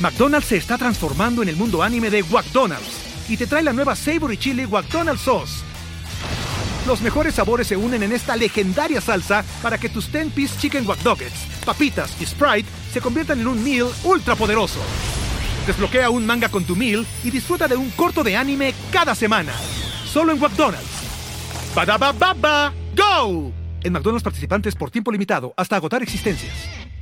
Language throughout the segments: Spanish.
McDonald's se está transformando en el mundo anime de McDonald's y te trae la nueva Savory Chili McDonald's Sauce. Los mejores sabores se unen en esta legendaria salsa para que tus 10-piece chicken wack nuggets, papitas y Sprite se conviertan en un meal ultra poderoso. Desbloquea un manga con tu meal y disfruta de un corto de anime cada semana. Solo en McDonald's. ¡Badabababa! ¡Go! En McDonald's participantes por tiempo limitado hasta agotar existencias.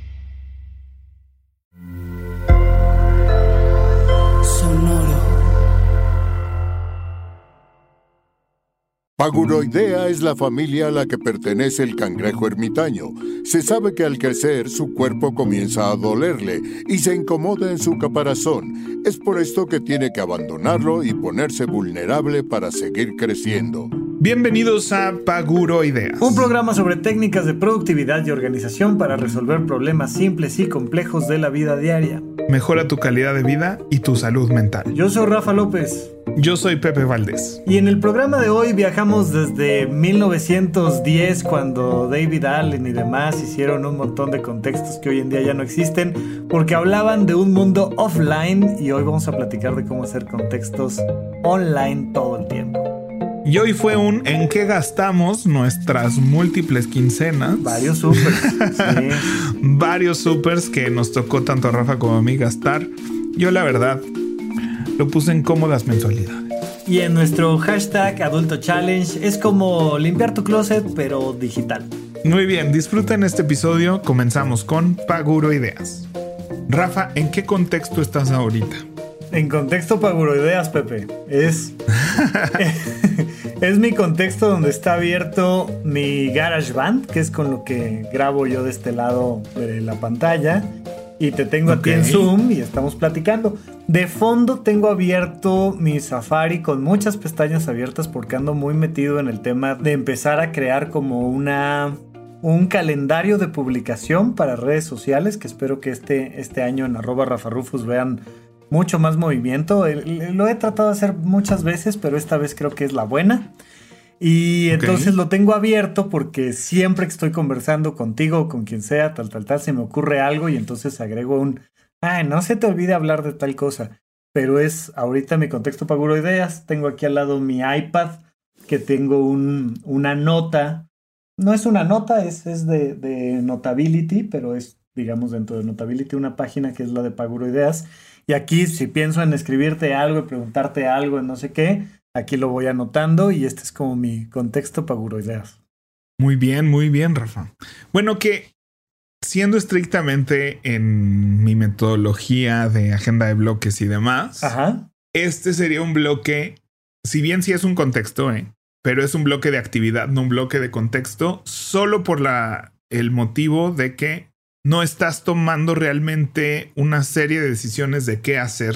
Paguroidea es la familia a la que pertenece el cangrejo ermitaño. Se sabe que al crecer su cuerpo comienza a dolerle y se incomoda en su caparazón. Es por esto que tiene que abandonarlo y ponerse vulnerable para seguir creciendo. Bienvenidos a Paguroideas, un programa sobre técnicas de productividad y organización para resolver problemas simples y complejos de la vida diaria. Mejora tu calidad de vida y tu salud mental. Yo soy Rafa López. Yo soy Pepe Valdés. Y en el programa de hoy viajamos desde 1910, cuando David Allen y demás hicieron un montón de contextos que hoy en día ya no existen, porque hablaban de un mundo offline, y hoy vamos a platicar de cómo hacer contextos online todo el tiempo. Y hoy fue un ¿en qué gastamos nuestras múltiples quincenas? Varios supers. Sí. Varios supers que nos tocó tanto a Rafa como a mí gastar. Yo la verdad lo puse en cómodas mensualidades. Y en nuestro hashtag Adulto Challenge es como limpiar tu closet, pero digital. Muy bien, disfruten este episodio. Comenzamos con Paguroideas. Rafa, ¿en qué contexto estás ahorita? En contexto Paguroideas, Pepe. Es mi contexto donde está abierto mi GarageBand, que es con lo que grabo yo de este lado de la pantalla. Y te tengo a ti en Zoom y estamos platicando. De fondo tengo abierto mi Safari con muchas pestañas abiertas porque ando muy metido en el tema de empezar a crear como un calendario de publicación para redes sociales, que espero que este año en @RafaRufus vean mucho más movimiento. Lo he tratado de hacer muchas veces, pero esta vez creo que es la buena. Y entonces lo tengo abierto porque siempre que estoy conversando contigo o con quien sea, tal, se me ocurre algo y entonces agrego no se te olvide hablar de tal cosa. Pero es ahorita mi contexto Paguroideas. Tengo aquí al lado mi iPad, que tengo una nota. No es una nota, es de Notability, pero es, digamos, dentro de Notability una página que es la de Paguroideas. Y aquí, si pienso en escribirte algo y preguntarte algo en no sé qué, aquí lo voy anotando y este es como mi contexto Paguroideas. Muy bien, Rafa. Bueno, que siendo estrictamente en mi metodología de agenda de bloques y demás, este sería un bloque, si bien sí es un contexto, pero es un bloque de actividad, no un bloque de contexto, solo por el motivo de que no estás tomando realmente una serie de decisiones de qué hacer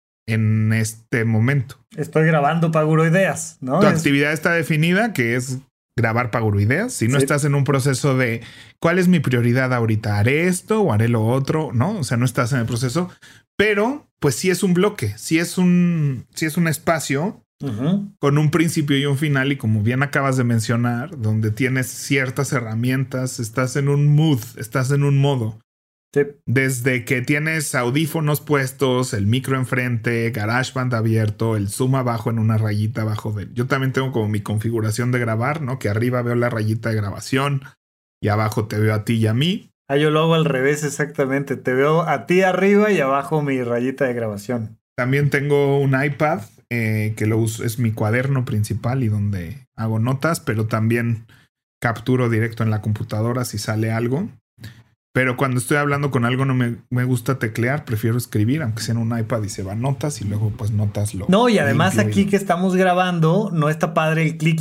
en este momento. Estoy grabando Paguroideas, ¿no? Tu actividad está definida, que es grabar Paguroideas. Si no estás en un proceso de ¿cuál es mi prioridad ahorita? ¿Haré esto o haré lo otro? ¿No? O sea, no estás en el proceso. Pero, pues sí es un bloque, sí es un espacio con un principio y un final. Y como bien acabas de mencionar, donde tienes ciertas herramientas, estás en un mood, estás en un modo. Sí. Desde que tienes audífonos puestos, el micro enfrente, GarageBand abierto, el zoom abajo en una rayita abajo de... Yo también tengo como mi configuración de grabar, ¿no? Que arriba veo la rayita de grabación y abajo te veo a ti y a mí. Yo lo hago al revés exactamente. Te veo a ti arriba y abajo mi rayita de grabación. También tengo un iPad que lo uso, es mi cuaderno principal y donde hago notas, pero también capturo directo en la computadora si sale algo. Pero cuando estoy hablando con algo no me gusta teclear, prefiero escribir, aunque sea en un iPad y se van notas y luego pues notas lo... No, y además aquí que estamos grabando, no está padre el clic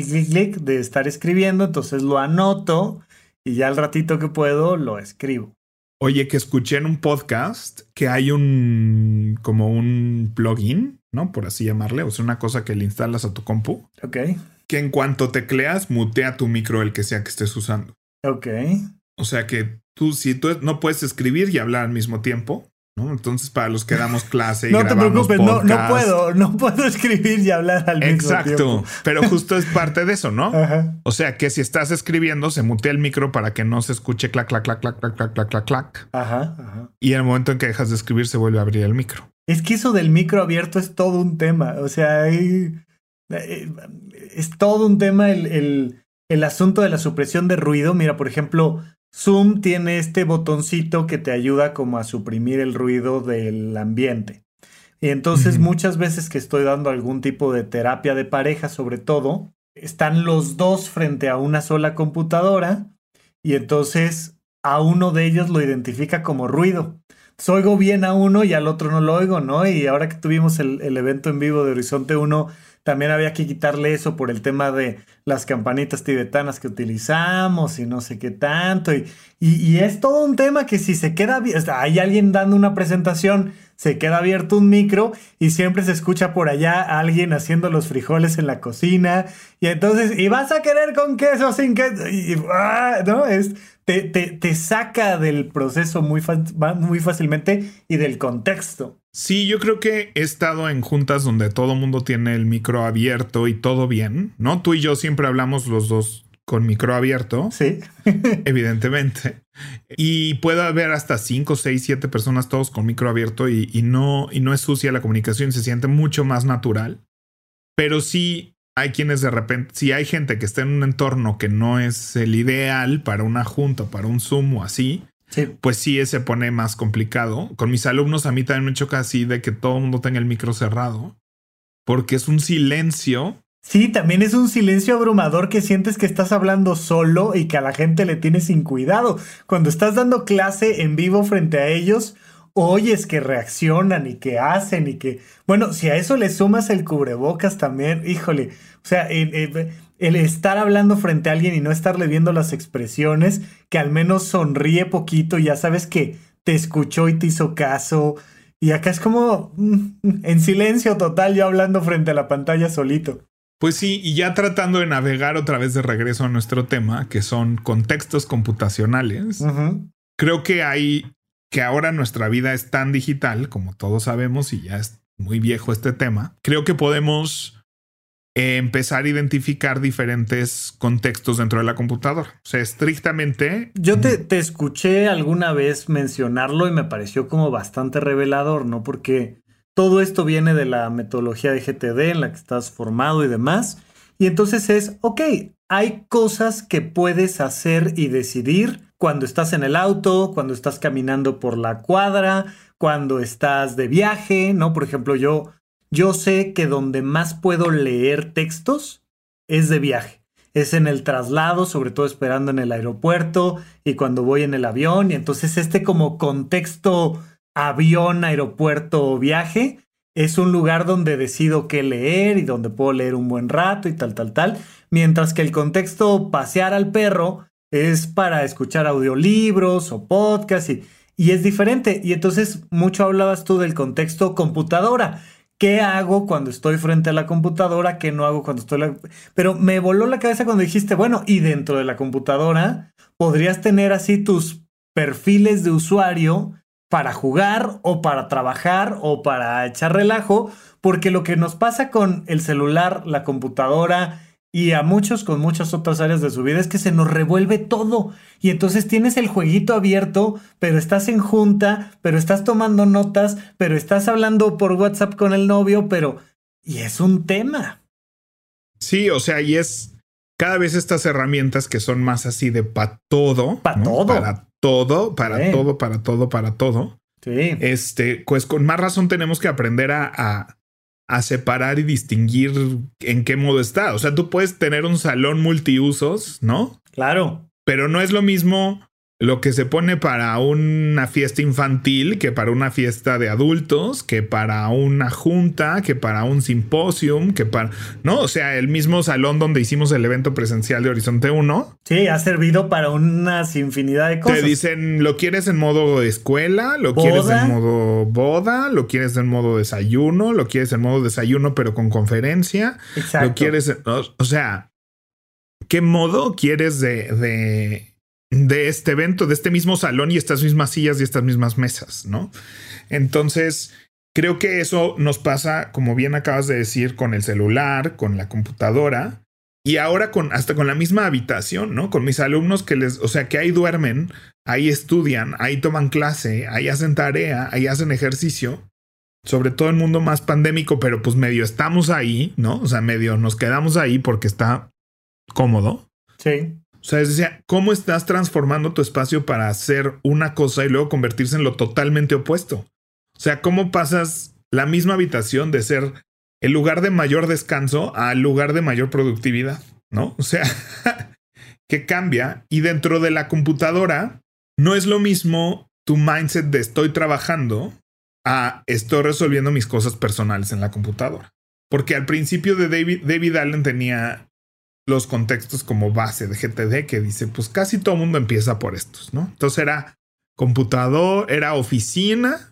de estar escribiendo, entonces lo anoto y ya al ratito que puedo lo escribo. Oye, que escuché en un podcast que hay como un plugin, ¿no? Por así llamarle, o sea, una cosa que le instalas a tu compu. Ok. Que en cuanto tecleas, mutea tu micro el que sea que estés usando. Ok. O sea que si tú no puedes escribir y hablar al mismo tiempo, ¿no? Entonces, para los que damos clase y no grabamos te preocupes, podcast, no puedo escribir y hablar al mismo tiempo. Exacto, pero justo es parte de eso, ¿no? Ajá. O sea, que si estás escribiendo, se mutea el micro para que no se escuche clac, clac, clac, clac, clac, clac, clac, clac, clac. Ajá. Y en el momento en que dejas de escribir, se vuelve a abrir el micro. Es que eso del micro abierto es todo un tema. O sea, es todo un tema el asunto de la supresión de ruido. Mira, por ejemplo, Zoom tiene este botoncito que te ayuda como a suprimir el ruido del ambiente. Y entonces muchas veces que estoy dando algún tipo de terapia de pareja, sobre todo, están los dos frente a una sola computadora y entonces a uno de ellos lo identifica como ruido. Entonces, oigo bien a uno y al otro no lo oigo, ¿no? Y ahora que tuvimos el evento en vivo de Horizonte 1, también había que quitarle eso por el tema de las campanitas tibetanas que utilizamos y no sé qué tanto. Y es todo un tema que si se queda... O sea, hay alguien dando una presentación, se queda abierto un micro y siempre se escucha por allá a alguien haciendo los frijoles en la cocina. Y entonces, ¿y vas a querer con queso sin queso? ¿No? Te saca del proceso muy fácilmente y del contexto. Sí, yo creo que he estado en juntas donde todo el mundo tiene el micro abierto y todo bien, ¿no? Tú y yo siempre hablamos los dos con micro abierto. Sí. Evidentemente. Y puede haber hasta 5, 6, 7 personas todos con micro abierto y no es sucia la comunicación, se siente mucho más natural. Pero sí hay quienes de repente, si hay gente que está en un entorno que no es el ideal para una junta, para un Zoom o así, sí, pues sí se pone más complicado. Con mis alumnos a mí también me choca así de que todo el mundo tenga el micro cerrado porque es un silencio. Sí, también es un silencio abrumador que sientes que estás hablando solo y que a la gente le tienes sin cuidado. Cuando estás dando clase en vivo frente a ellos, oyes que reaccionan y que hacen y que... Bueno, si a eso le sumas el cubrebocas también, híjole, o sea, el estar hablando frente a alguien y no estarle viendo las expresiones, que al menos sonríe poquito, ya sabes que te escuchó y te hizo caso. Y acá es como en silencio total, yo hablando frente a la pantalla solito. Pues sí, y ya tratando de navegar otra vez de regreso a nuestro tema, que son contextos computacionales, creo que ahora nuestra vida es tan digital, como todos sabemos, y ya es muy viejo este tema. Creo que podemos empezar a identificar diferentes contextos dentro de la computadora. O sea, estrictamente... Yo te escuché alguna vez mencionarlo y me pareció como bastante revelador, ¿no? Porque todo esto viene de la metodología de GTD en la que estás formado y demás. Y entonces es, ok, hay cosas que puedes hacer y decidir cuando estás en el auto, cuando estás caminando por la cuadra, cuando estás de viaje, ¿no? Por ejemplo, yo sé que donde más puedo leer textos es de viaje. Es en el traslado, sobre todo esperando en el aeropuerto y cuando voy en el avión. Y entonces como contexto avión, aeropuerto, viaje, es un lugar donde decido qué leer y donde puedo leer un buen rato y tal. Mientras que el contexto pasear al perro es para escuchar audiolibros o podcasts y es diferente. Y entonces mucho hablabas tú del contexto computadora. ¿Qué hago cuando estoy frente a la computadora? ¿Qué no hago cuando estoy... Pero me voló la cabeza cuando dijiste, bueno, y dentro de la computadora podrías tener así tus perfiles de usuario para jugar o para trabajar o para echar relajo, porque lo que nos pasa con el celular, la computadora y a muchos con muchas otras áreas de su vida es que se nos revuelve todo y entonces tienes el jueguito abierto, pero estás en junta, pero estás tomando notas, pero estás hablando por WhatsApp con el novio, y es un tema. Sí, o sea, y es cada vez estas herramientas que son más así de para todo. Para todo. Para todo. Sí. Pues con más razón tenemos que aprender a separar y distinguir en qué modo está. O sea, tú puedes tener un salón multiusos, ¿no? Claro. Pero no es lo mismo lo que se pone para una fiesta infantil que para una fiesta de adultos, que para una junta, que para un simposium, ¿no? O sea, el mismo salón donde hicimos el evento presencial de Horizonte 1. Sí, ha servido para unas infinidad de cosas. Te dicen, ¿lo quieres en modo escuela? ¿Lo quieres en modo boda? ¿Lo quieres en modo desayuno? ¿Lo quieres en modo desayuno pero con conferencia? Exacto. ¿Lo quieres? O sea, ¿qué modo quieres de de este evento, de este mismo salón y estas mismas sillas y estas mismas mesas, ¿no? Entonces, creo que eso nos pasa, como bien acabas de decir, con el celular, con la computadora y ahora hasta con la misma habitación, ¿no? Con mis alumnos que ahí duermen, ahí estudian, ahí toman clase, ahí hacen tarea, ahí hacen ejercicio. Sobre todo el mundo más pandémico, pero pues medio estamos ahí, ¿no? O sea, medio nos quedamos ahí porque está cómodo. Sí. O sea, es decir, ¿cómo estás transformando tu espacio para hacer una cosa y luego convertirse en lo totalmente opuesto? O sea, ¿cómo pasas la misma habitación de ser el lugar de mayor descanso al lugar de mayor productividad, ¿no? O sea, que cambia. Y dentro de la computadora no es lo mismo tu mindset de estoy trabajando a estoy resolviendo mis cosas personales en la computadora. Porque al principio de David Allen tenía los contextos como base de GTD que dice, pues casi todo mundo empieza por estos, ¿no? Entonces era computador, era oficina,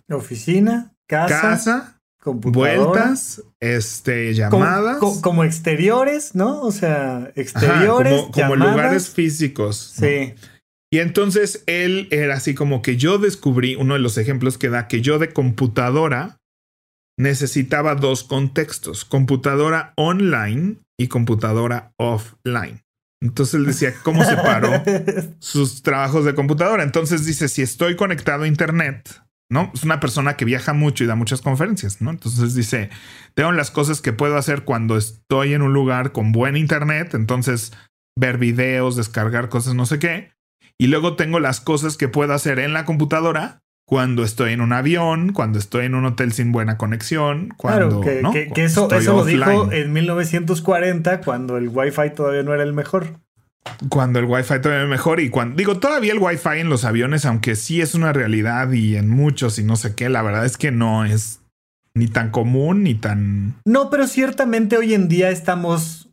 casa, vueltas, llamadas. Como exteriores, ¿no? O sea, exteriores, como lugares físicos, ¿no? Sí. Y entonces él era así como que yo descubrí, uno de los ejemplos que da, que yo de computadora necesitaba dos contextos, computadora online y computadora offline. Entonces él decía cómo separó sus trabajos de computadora. Entonces dice, si estoy conectado a internet, ¿no? Es una persona que viaja mucho y da muchas conferencias, ¿no? Entonces dice, tengo las cosas que puedo hacer cuando estoy en un lugar con buen internet, entonces ver videos, descargar cosas, no sé qué. Y luego tengo las cosas que puedo hacer en la computadora cuando estoy en un avión, cuando estoy en un hotel sin buena conexión. Cuando, claro, ¿no? que eso lo dijo en 1940, cuando el Wi-Fi todavía no era el mejor. Cuando el Wi-Fi todavía era el mejor. Y todavía el Wi-Fi en los aviones, aunque sí es una realidad y en muchos y no sé qué, la verdad es que no es ni tan común ni tan... No, pero ciertamente hoy en día estamos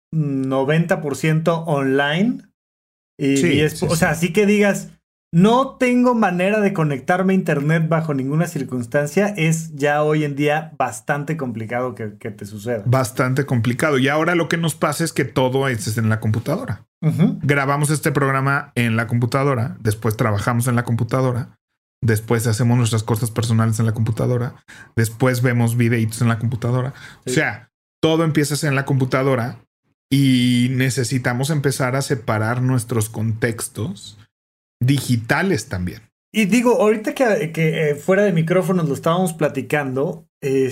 90% online. O sea, así que digas, no tengo manera de conectarme a internet bajo ninguna circunstancia, es ya hoy en día bastante complicado que te suceda. Bastante complicado. Y ahora lo que nos pasa es que todo es en la computadora. Uh-huh. Grabamos este programa en la computadora, después trabajamos en la computadora, después hacemos nuestras cosas personales en la computadora, después vemos videitos en la computadora. Sí. O sea, todo empieza a ser en la computadora. Y necesitamos empezar a separar nuestros contextos digitales también. Y digo, ahorita que fuera de micrófonos lo estábamos platicando,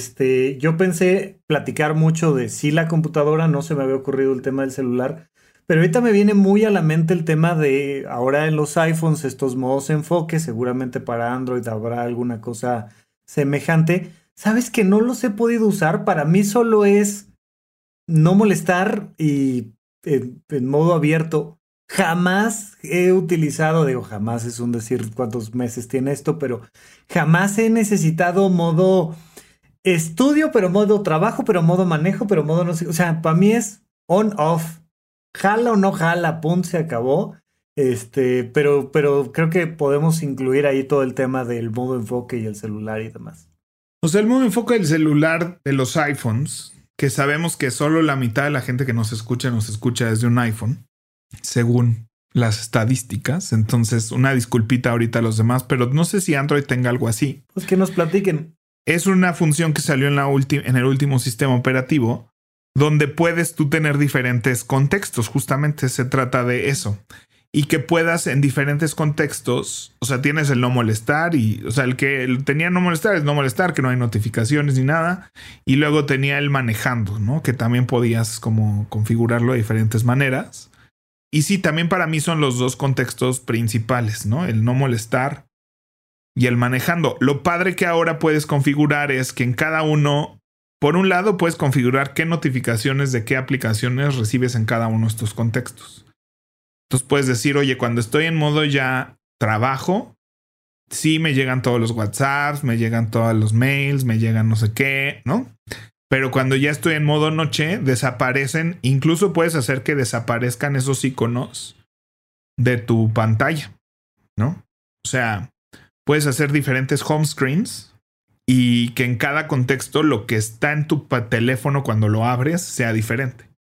yo pensé platicar mucho de la computadora, no se me había ocurrido el tema del celular, pero ahorita me viene muy a la mente el tema de ahora en los iPhones, estos modos de enfoque, seguramente para Android habrá alguna cosa semejante. ¿Sabes que no los he podido usar? Para mí solo es no molestar y en modo abierto. Jamás he utilizado, jamás es un decir cuántos meses tiene esto, pero jamás he necesitado modo estudio, pero modo trabajo, pero modo manejo, pero modo no sé. O sea, para mí es on-off. Jala o no jala, punto, se acabó. Pero creo que podemos incluir ahí todo el tema del modo enfoque y el celular y demás. O sea, el modo enfoque del celular de los iPhones, que sabemos que solo la mitad de la gente que nos escucha desde un iPhone, según las estadísticas. Entonces, una disculpita ahorita a los demás, pero no sé si Android tenga algo así. Pues que nos platiquen. Es una función que salió en el último sistema operativo, donde puedes tú tener diferentes contextos. Justamente se trata de eso. Y que puedas en diferentes contextos, o sea, tienes el no molestar y, o sea, el que tenía no molestar es no molestar, que no hay notificaciones ni nada. Y luego tenía el manejando, ¿no? Que también podías como configurarlo de diferentes maneras. Y sí, también para mí son los dos contextos principales, ¿no? El no molestar y el manejando. Lo padre que ahora puedes configurar es que en cada uno, por un lado, puedes configurar qué notificaciones de qué aplicaciones recibes en cada uno de estos contextos. Entonces puedes decir, oye, cuando estoy en modo ya trabajo, sí me llegan todos los WhatsApps, me llegan todos los mails, me llegan no sé qué, ¿no? Pero cuando ya estoy en modo noche, desaparecen. Incluso puedes hacer que desaparezcan esos iconos de tu pantalla, ¿no? O sea, puedes hacer diferentes home screens y que en cada contexto lo que está en tu teléfono cuando lo abres sea diferente.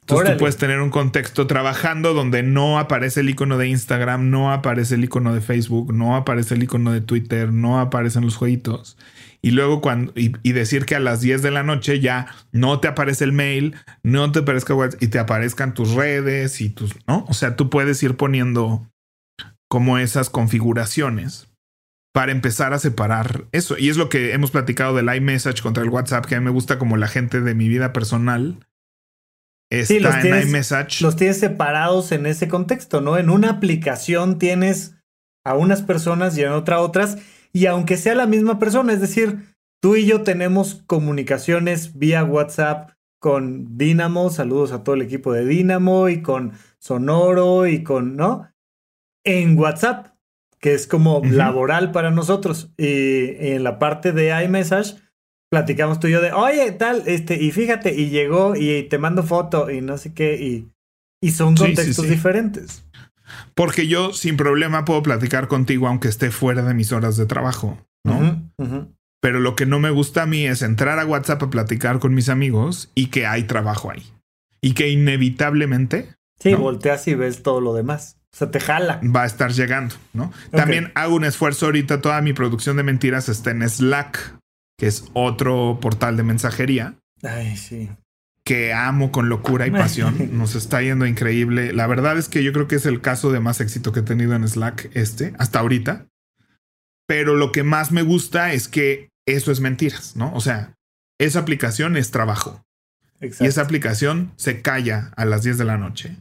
Entonces tú puedes tener un contexto trabajando donde no aparece el icono de Instagram, no aparece el icono de Facebook, no aparece el icono de Twitter, no aparecen los jueguitos. Y luego y decir que a las 10 de la noche ya no te aparece el mail, no te aparezca WhatsApp y te aparezcan tus redes y tus, ¿no? O sea, tú puedes ir poniendo como esas configuraciones para empezar a separar eso. Y es lo que hemos platicado del iMessage contra el WhatsApp, que a mí me gusta como la gente de mi vida personal está en iMessage. Los tienes separados en ese contexto, ¿no? En una aplicación tienes a unas personas y en otra otras. Y aunque sea la misma persona, es decir, tú y yo tenemos comunicaciones vía WhatsApp con Dynamo, saludos a todo el equipo de Dynamo y con Sonoro y con, ¿no? En WhatsApp, que es como laboral para nosotros. Y en la parte de iMessage platicamos tú y yo de, oye, tal, y fíjate, y llegó y te mando foto y no sé qué, y son contextos diferentes. Porque yo sin problema puedo platicar contigo aunque esté fuera de mis horas de trabajo, ¿no? Pero lo que no me gusta a mí es entrar a WhatsApp a platicar con mis amigos y que hay trabajo ahí. Y que inevitablemente... Sí, ¿no? Volteas y ves todo lo demás. O sea, te jala. Va a estar llegando, ¿no? Okay. También hago un esfuerzo ahorita. Toda mi producción de mentiras está en Slack, que es otro portal de mensajería. Ay, sí. Que amo con locura y pasión. Nos está yendo increíble. La verdad es que yo creo que es el caso de más éxito que he tenido en Slack hasta ahorita. Pero lo que más me gusta es que eso es mentiras, ¿no? O sea, esa aplicación es trabajo. Exacto. Y esa aplicación se calla a las 10 de la noche.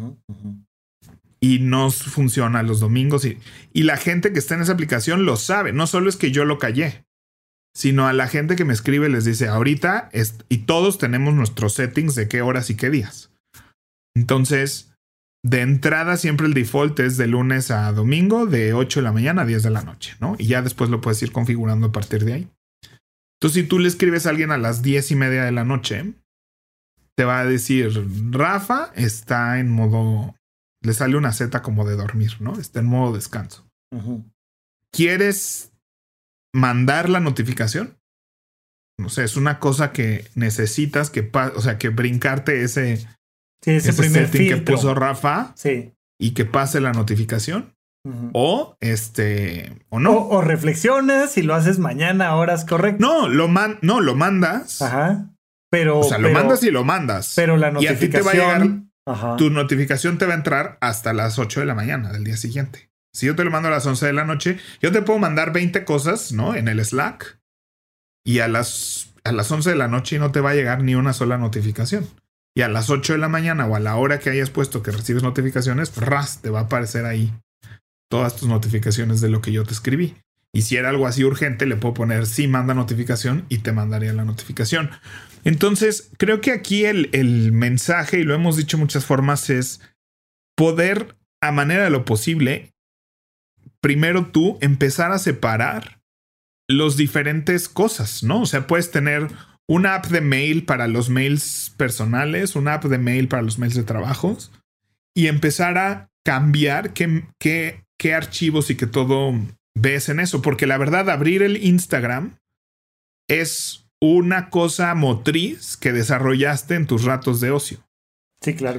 Y no funciona los domingos. Y la gente que está en esa aplicación lo sabe. No solo es que yo lo callé, sino a la gente que me escribe les dice ahorita y todos tenemos nuestros settings de qué horas y qué días. Entonces, de entrada siempre el default es de lunes a domingo de 8 de la mañana a 10 de la noche, ¿no? Y ya después lo puedes ir configurando a partir de ahí. Entonces, si tú le escribes a alguien a las 10:30 de la noche, te va a decir, Rafa está en modo, le sale una Z como de dormir, ¿no? Está en modo descanso. ¿Quieres mandar la notificación? No sé, es una cosa que necesitas que brincarte ese primer setting filtro que puso Rafa y que pase la notificación. O no. O reflexionas y lo haces mañana a horas correctas. No, lo mandas. Ajá. Lo mandas y lo mandas. Pero la notificación. Y a ti te va a llegar. Tu notificación te va a entrar hasta las 8 de la mañana del día siguiente. Si yo te lo mando a las 11 de la noche, yo te puedo mandar 20 cosas, ¿no? En el Slack. Y a las 11 de la noche no te va a llegar ni una sola notificación. Y a las 8 de la mañana o a la hora que hayas puesto que recibes notificaciones, te va a aparecer ahí todas tus notificaciones de lo que yo te escribí. Y si era algo así urgente, le puedo poner sí manda notificación y te mandaría la notificación. Entonces, creo que aquí el mensaje, y lo hemos dicho de muchas formas, es poder, a manera de lo posible, primero tú empezar a separar los diferentes cosas, ¿no? O sea, puedes tener una app de mail para los mails personales, una app de mail para los mails de trabajos y empezar a cambiar qué archivos y qué todo ves en eso. Porque la verdad, abrir el Instagram es una cosa motriz que desarrollaste en tus ratos de ocio. Sí, claro.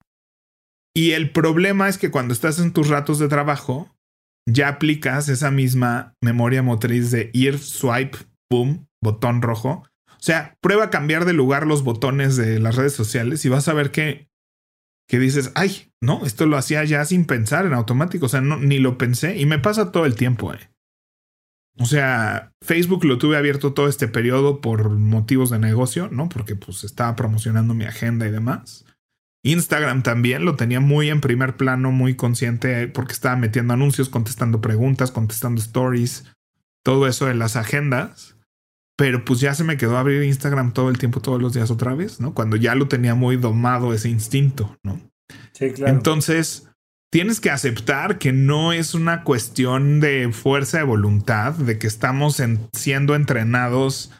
Y el problema es que cuando estás en tus ratos de trabajo, ya aplicas esa misma memoria motriz de ir, swipe, boom, botón rojo. O sea, prueba a cambiar de lugar los botones de las redes sociales y vas a ver que dices, ay, no, esto lo hacía ya sin pensar en automático. O sea, ni lo pensé y me pasa todo el tiempo. O sea, Facebook lo tuve abierto todo este periodo por motivos de negocio, ¿no? Porque pues estaba promocionando mi agenda y demás. Instagram también lo tenía muy en primer plano, muy consciente porque estaba metiendo anuncios, contestando preguntas, contestando stories, todo eso en las agendas. Pero pues ya se me quedó abrir Instagram todo el tiempo, todos los días otra vez, ¿no? Cuando ya lo tenía muy domado ese instinto, ¿no? Sí, claro. Entonces, tienes que aceptar que no es una cuestión de fuerza de voluntad, de que estamos siendo entrenados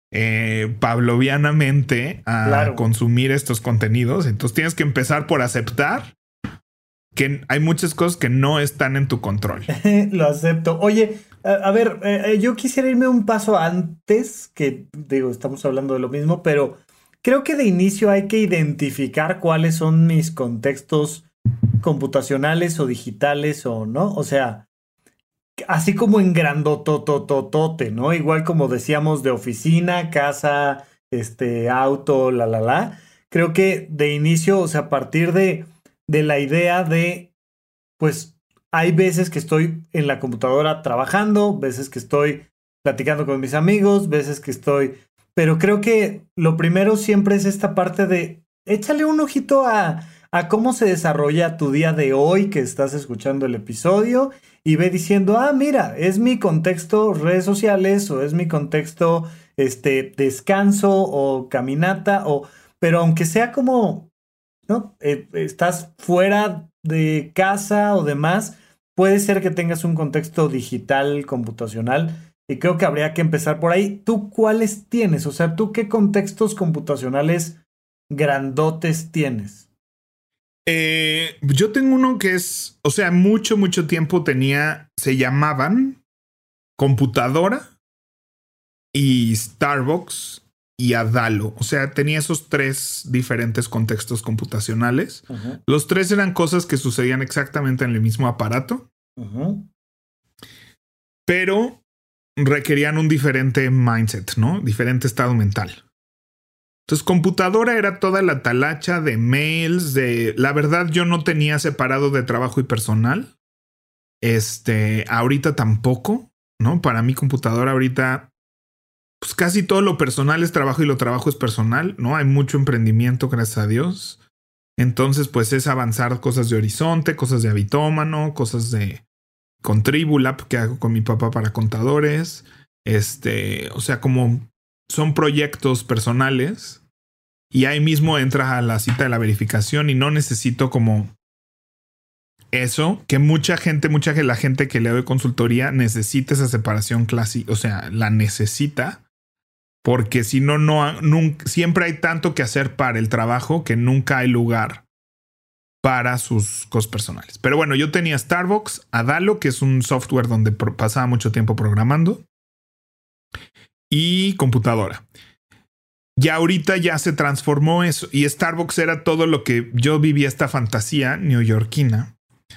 pavlovianamente a consumir estos contenidos. Entonces tienes que empezar por aceptar que hay muchas cosas que no están en tu control. Lo acepto. Oye, a ver, yo quisiera irme un paso antes, que digo, estamos hablando de lo mismo, pero creo que de inicio hay que identificar cuáles son mis contextos computacionales o digitales o no. O sea, así como en grandotototote, ¿no? Igual como decíamos de oficina, casa, auto, Creo que de inicio, o sea, a partir de la idea de, pues, hay veces que estoy en la computadora trabajando, veces que estoy platicando con mis amigos, veces que estoy... Pero creo que lo primero siempre es esta parte de échale un ojito a cómo se desarrolla tu día de hoy que estás escuchando el episodio y ve diciendo, mira, es mi contexto redes sociales o es mi contexto descanso o caminata pero aunque sea como, ¿no? Estás fuera de casa o demás, puede ser que tengas un contexto digital, computacional, y creo que habría que empezar por ahí. ¿Tú cuáles tienes? O sea, ¿tú qué contextos computacionales grandotes tienes? Yo tengo uno que es, o sea, mucho tiempo se llamaban computadora y Starbucks y Adalo. O sea, tenía esos 3 diferentes contextos computacionales. Uh-huh. Los 3 eran cosas que sucedían exactamente en el mismo aparato. Uh-huh. Pero requerían un diferente mindset, ¿no? Diferente estado mental. Entonces, computadora era toda la talacha de mails, la verdad, yo no tenía separado de trabajo y personal. Ahorita tampoco, ¿no? Para mí, computadora ahorita, pues casi todo lo personal es trabajo y lo trabajo es personal, ¿no? Hay mucho emprendimiento, gracias a Dios. Entonces, pues es avanzar cosas de Horizonte, cosas de Habitómano, cosas de Contribulab que hago con mi papá para contadores. O sea, como son proyectos personales y ahí mismo entra a la cita de la verificación y no necesito como eso, que la gente que le doy consultoría necesita esa separación clásica, o sea, la necesita porque si no, nunca, siempre hay tanto que hacer para el trabajo que nunca hay lugar para sus cosas personales. Pero bueno, yo tenía Starbucks, Adalo, que es un software donde pasaba mucho tiempo programando, y computadora. Y ahorita ya se transformó eso. Y Starbucks era todo lo que yo vivía, esta fantasía neoyorquina,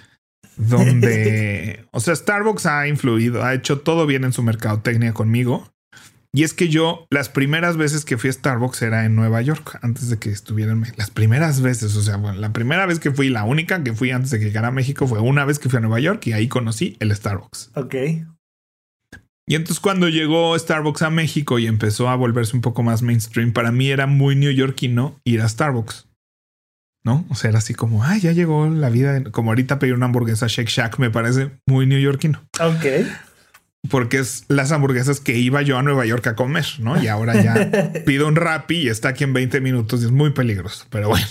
donde, o sea, Starbucks ha influido, ha hecho todo bien en su mercadotecnia conmigo. Y es que yo, las primeras veces que fui a Starbucks era en Nueva York, antes de que estuvieran. Las primeras veces, o sea, bueno, la primera vez que fui, la única que fui antes de que llegara a México fue una vez que fui a Nueva York y ahí conocí el Starbucks. Ok. Y entonces cuando llegó Starbucks a México y empezó a volverse un poco más mainstream, para mí era muy neoyorquino ir a Starbucks, ¿no? O sea, era así como, ya llegó la vida. Como ahorita pedir una hamburguesa Shake Shack me parece muy neoyorquino. Ok. Porque es las hamburguesas que iba yo a Nueva York a comer, ¿no? Y ahora ya pido un Rappi y está aquí en 20 minutos y es muy peligroso, pero bueno.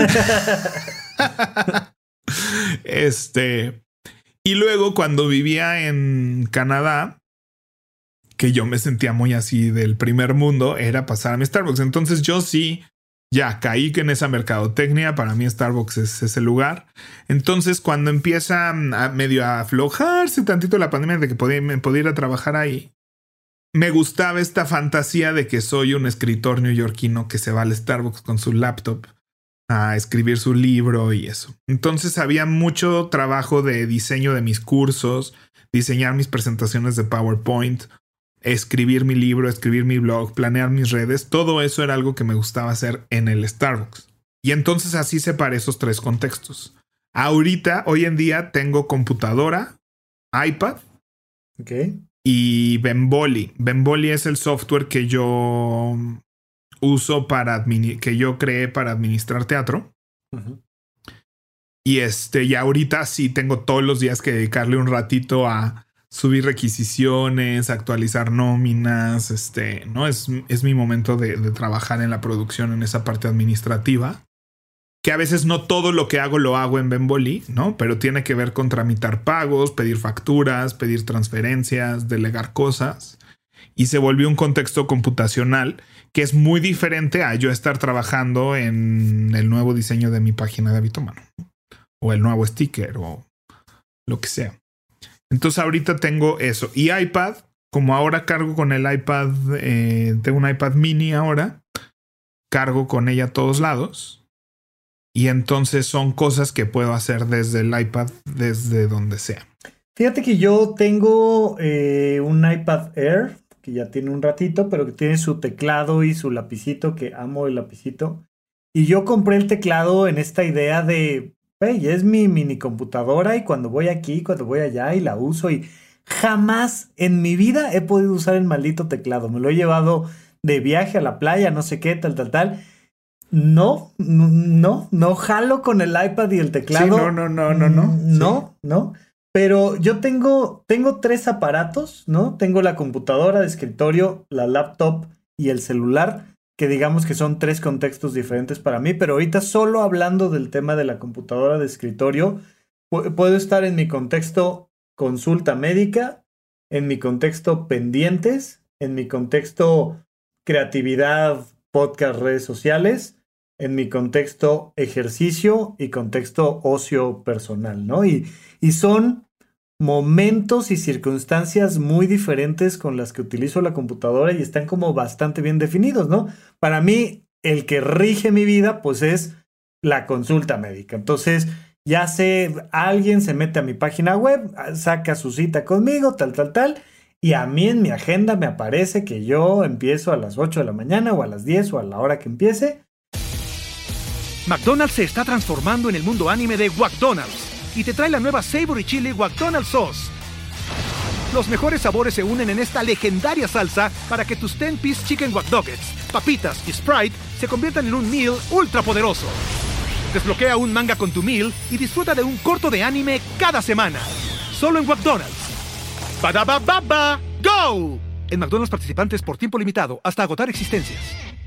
Y luego cuando vivía en Canadá, que yo me sentía muy así del primer mundo, era pasar a mi Starbucks. Entonces yo sí ya caí en esa mercadotecnia. Para mí Starbucks es ese lugar. Entonces cuando empieza a medio a aflojarse tantito la pandemia de que me podía ir a trabajar ahí, me gustaba esta fantasía de que soy un escritor neoyorquino que se va al Starbucks con su laptop a escribir su libro y eso. Entonces había mucho trabajo de diseño de mis cursos, diseñar mis presentaciones de PowerPoint, escribir mi libro, escribir mi blog, planear mis redes. Todo eso era algo que me gustaba hacer en el Starbucks. Y entonces así separé esos 3 contextos. Ahorita, hoy en día, tengo computadora, iPad y Benvolio. Benvolio es el software que yo uso que yo creé para administrar teatro. Uh-huh. Y ahorita sí tengo todos los días que dedicarle un ratito a subir requisiciones, actualizar nóminas, ¿no? Es mi momento de trabajar en la producción, en esa parte administrativa, que a veces no todo lo que hago lo hago en Benvolio, ¿no? Pero tiene que ver con tramitar pagos, pedir facturas, pedir transferencias, delegar cosas. Y se volvió un contexto computacional que es muy diferente a yo estar trabajando en el nuevo diseño de mi página de Habitómano, o el nuevo sticker, o lo que sea. Entonces ahorita tengo eso. Y iPad, como ahora cargo con el iPad, tengo un iPad mini ahora, cargo con ella a todos lados. Y entonces son cosas que puedo hacer desde el iPad, desde donde sea. Fíjate que yo tengo un iPad Air, que ya tiene un ratito, pero que tiene su teclado y su lapicito, que amo el lapicito. Y yo compré el teclado en esta idea de, hey, es mi mini computadora y cuando voy aquí, cuando voy allá y la uso y jamás en mi vida he podido usar el maldito teclado. Me lo he llevado de viaje a la playa, no sé qué, tal. No jalo con el iPad y el teclado. Sí, No. Pero yo tengo 3 aparatos, ¿no? Tengo la computadora de escritorio, la laptop y el celular, que digamos que son 3 contextos diferentes para mí, pero ahorita solo hablando del tema de la computadora de escritorio, puedo estar en mi contexto consulta médica, en mi contexto pendientes, en mi contexto creatividad, podcast, redes sociales, en mi contexto ejercicio y contexto ocio personal, ¿no? Y son momentos y circunstancias muy diferentes con las que utilizo la computadora y están como bastante bien definidos, ¿no? Para mí, el que rige mi vida, pues es la consulta médica. Entonces, ya sé, alguien se mete a mi página web, saca su cita conmigo, tal, y a mí en mi agenda me aparece que yo empiezo a las 8 de la mañana o a las 10 o a la hora que empiece. McDonald's se está transformando en el mundo anime de McDonald's y te trae la nueva Savory Chili McDonald's Sauce. Los mejores sabores se unen en esta legendaria salsa para que tus 10-piece chicken wack nuggets, papitas y Sprite se conviertan en un meal ultra poderoso. Desbloquea un manga con tu meal y disfruta de un corto de anime cada semana. Solo en McDonald's. ¡Badabababa! ¡Go! En McDonald's participantes por tiempo limitado hasta agotar existencias.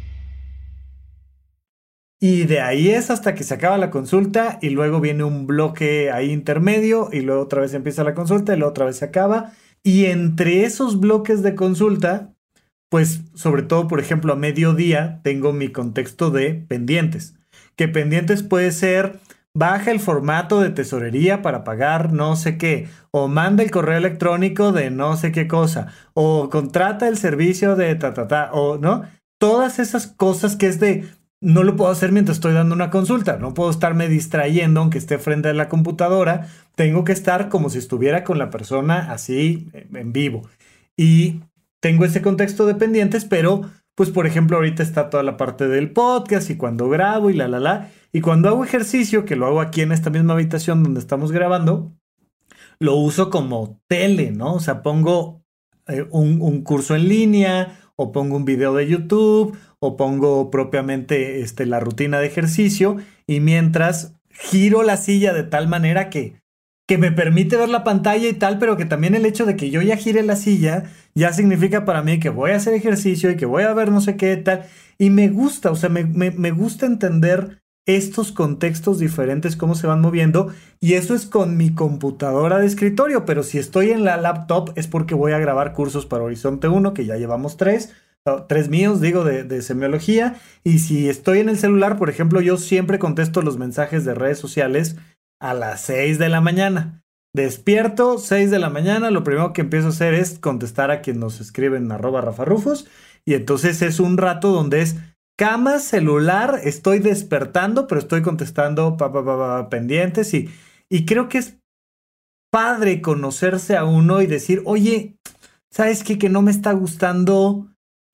Y de ahí es hasta que se acaba la consulta y luego viene un bloque ahí intermedio y luego otra vez empieza la consulta y luego otra vez se acaba. Y entre esos bloques de consulta, pues sobre todo, por ejemplo, a mediodía tengo mi contexto de pendientes. Que pendientes puede ser, baja el formato de tesorería para pagar no sé qué, o manda el correo electrónico de no sé qué cosa, o contrata el servicio de o no. Todas esas cosas que es de... No lo puedo hacer mientras estoy dando una consulta. No puedo estarme distrayendo aunque esté frente a la computadora. Tengo que estar como si estuviera con la persona así en vivo. Y tengo ese contexto de pendientes, pero pues por ejemplo ahorita está toda la parte del podcast y cuando grabo y y cuando hago ejercicio, que lo hago aquí en esta misma habitación donde estamos grabando, lo uso como tele, ¿no? O sea, pongo un curso en línea o pongo un video de YouTube o pongo propiamente la rutina de ejercicio y mientras giro la silla de tal manera que me permite ver la pantalla y tal, pero que también el hecho de que yo ya gire la silla ya significa para mí que voy a hacer ejercicio y que voy a ver no sé qué tal. Y me gusta, o sea, me gusta entender estos contextos diferentes, cómo se van moviendo, y eso es con mi computadora de escritorio, pero si estoy en la laptop es porque voy a grabar cursos para Horizonte 1, que ya llevamos 3 míos, digo, de semiología. Y si estoy en el celular, por ejemplo, yo siempre contesto los mensajes de redes sociales a las 6 de la mañana. Despierto, 6 de la mañana, lo primero que empiezo a hacer es contestar a quien nos escriben @RafaRufus. Y entonces es un rato donde es cama, celular, estoy despertando, pero estoy contestando pendientes. Y creo que es padre conocerse a uno y decir, oye, ¿sabes qué? Que no me está gustando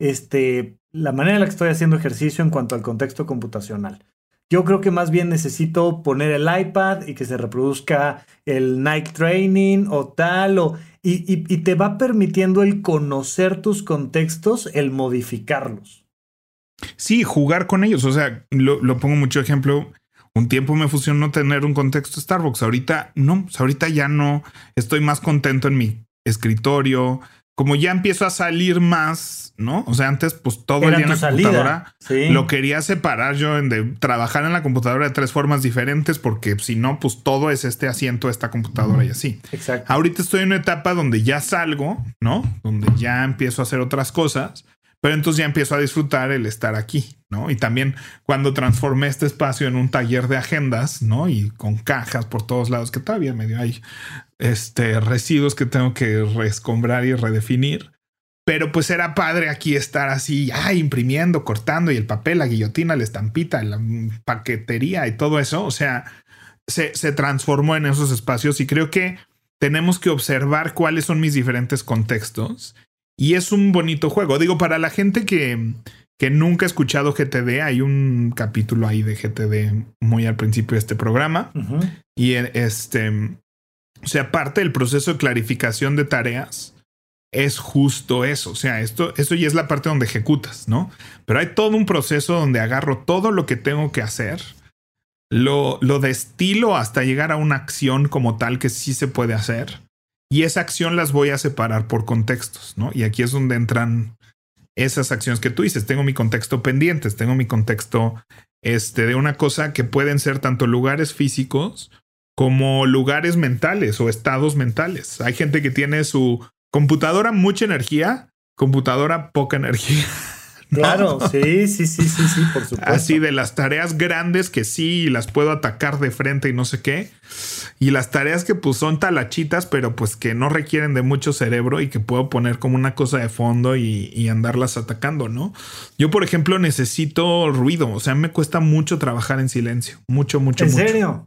la manera en la que estoy haciendo ejercicio en cuanto al contexto computacional. Yo creo que más bien necesito poner el iPad y que se reproduzca el Nike Training o tal, y te va permitiendo el conocer tus contextos, el modificarlos. Sí, jugar con ellos. O sea, lo pongo mucho ejemplo. Un tiempo me funcionó tener un contexto Starbucks. Ahorita no. Ahorita ya no. Estoy más contento en mi escritorio. Como ya empiezo a salir más, ¿no? O sea, antes pues todo el día en la computadora. Sí. Lo quería separar yo de trabajar en la computadora de 3 formas diferentes, porque si no, pues todo es este asiento, esta computadora y así. Exacto. Ahorita estoy en una etapa donde ya salgo, ¿no? Donde ya empiezo a hacer otras cosas, pero entonces ya empiezo a disfrutar el estar aquí, ¿no? Y también cuando transformé este espacio en un taller de agendas, ¿no? Y con cajas por todos lados, que todavía medio hay residuos que tengo que reescombrar y redefinir. Pero pues era padre aquí estar así, imprimiendo, cortando y el papel, la guillotina, la estampita, la paquetería y todo eso. O sea, se transformó en esos espacios y creo que tenemos que observar cuáles son mis diferentes contextos. Y es un bonito juego. Digo, para la gente que nunca ha escuchado GTD, hay un capítulo ahí de GTD muy al principio de este programa. Uh-huh. Y o sea, parte del proceso de clarificación de tareas es justo eso. O sea, eso ya es la parte donde ejecutas, ¿no? Pero hay todo un proceso donde agarro todo lo que tengo que hacer, lo destilo hasta llegar a una acción como tal que sí se puede hacer. Y esa acción las voy a separar por contextos, ¿no? Y aquí es donde entran esas acciones que tú dices. Tengo mi contexto pendientes, tengo mi contexto de una cosa que pueden ser tanto lugares físicos como lugares mentales o estados mentales. Hay gente que tiene su computadora mucha energía, computadora poca energía. ¿No? Claro, sí, por supuesto. Así de las tareas grandes que sí las puedo atacar de frente y no sé qué. Y las tareas que pues son talachitas, pero pues que no requieren de mucho cerebro y que puedo poner como una cosa de fondo y andarlas atacando, ¿no? Yo, por ejemplo, necesito ruido. O sea, me cuesta mucho trabajar en silencio. Mucho. ¿En serio?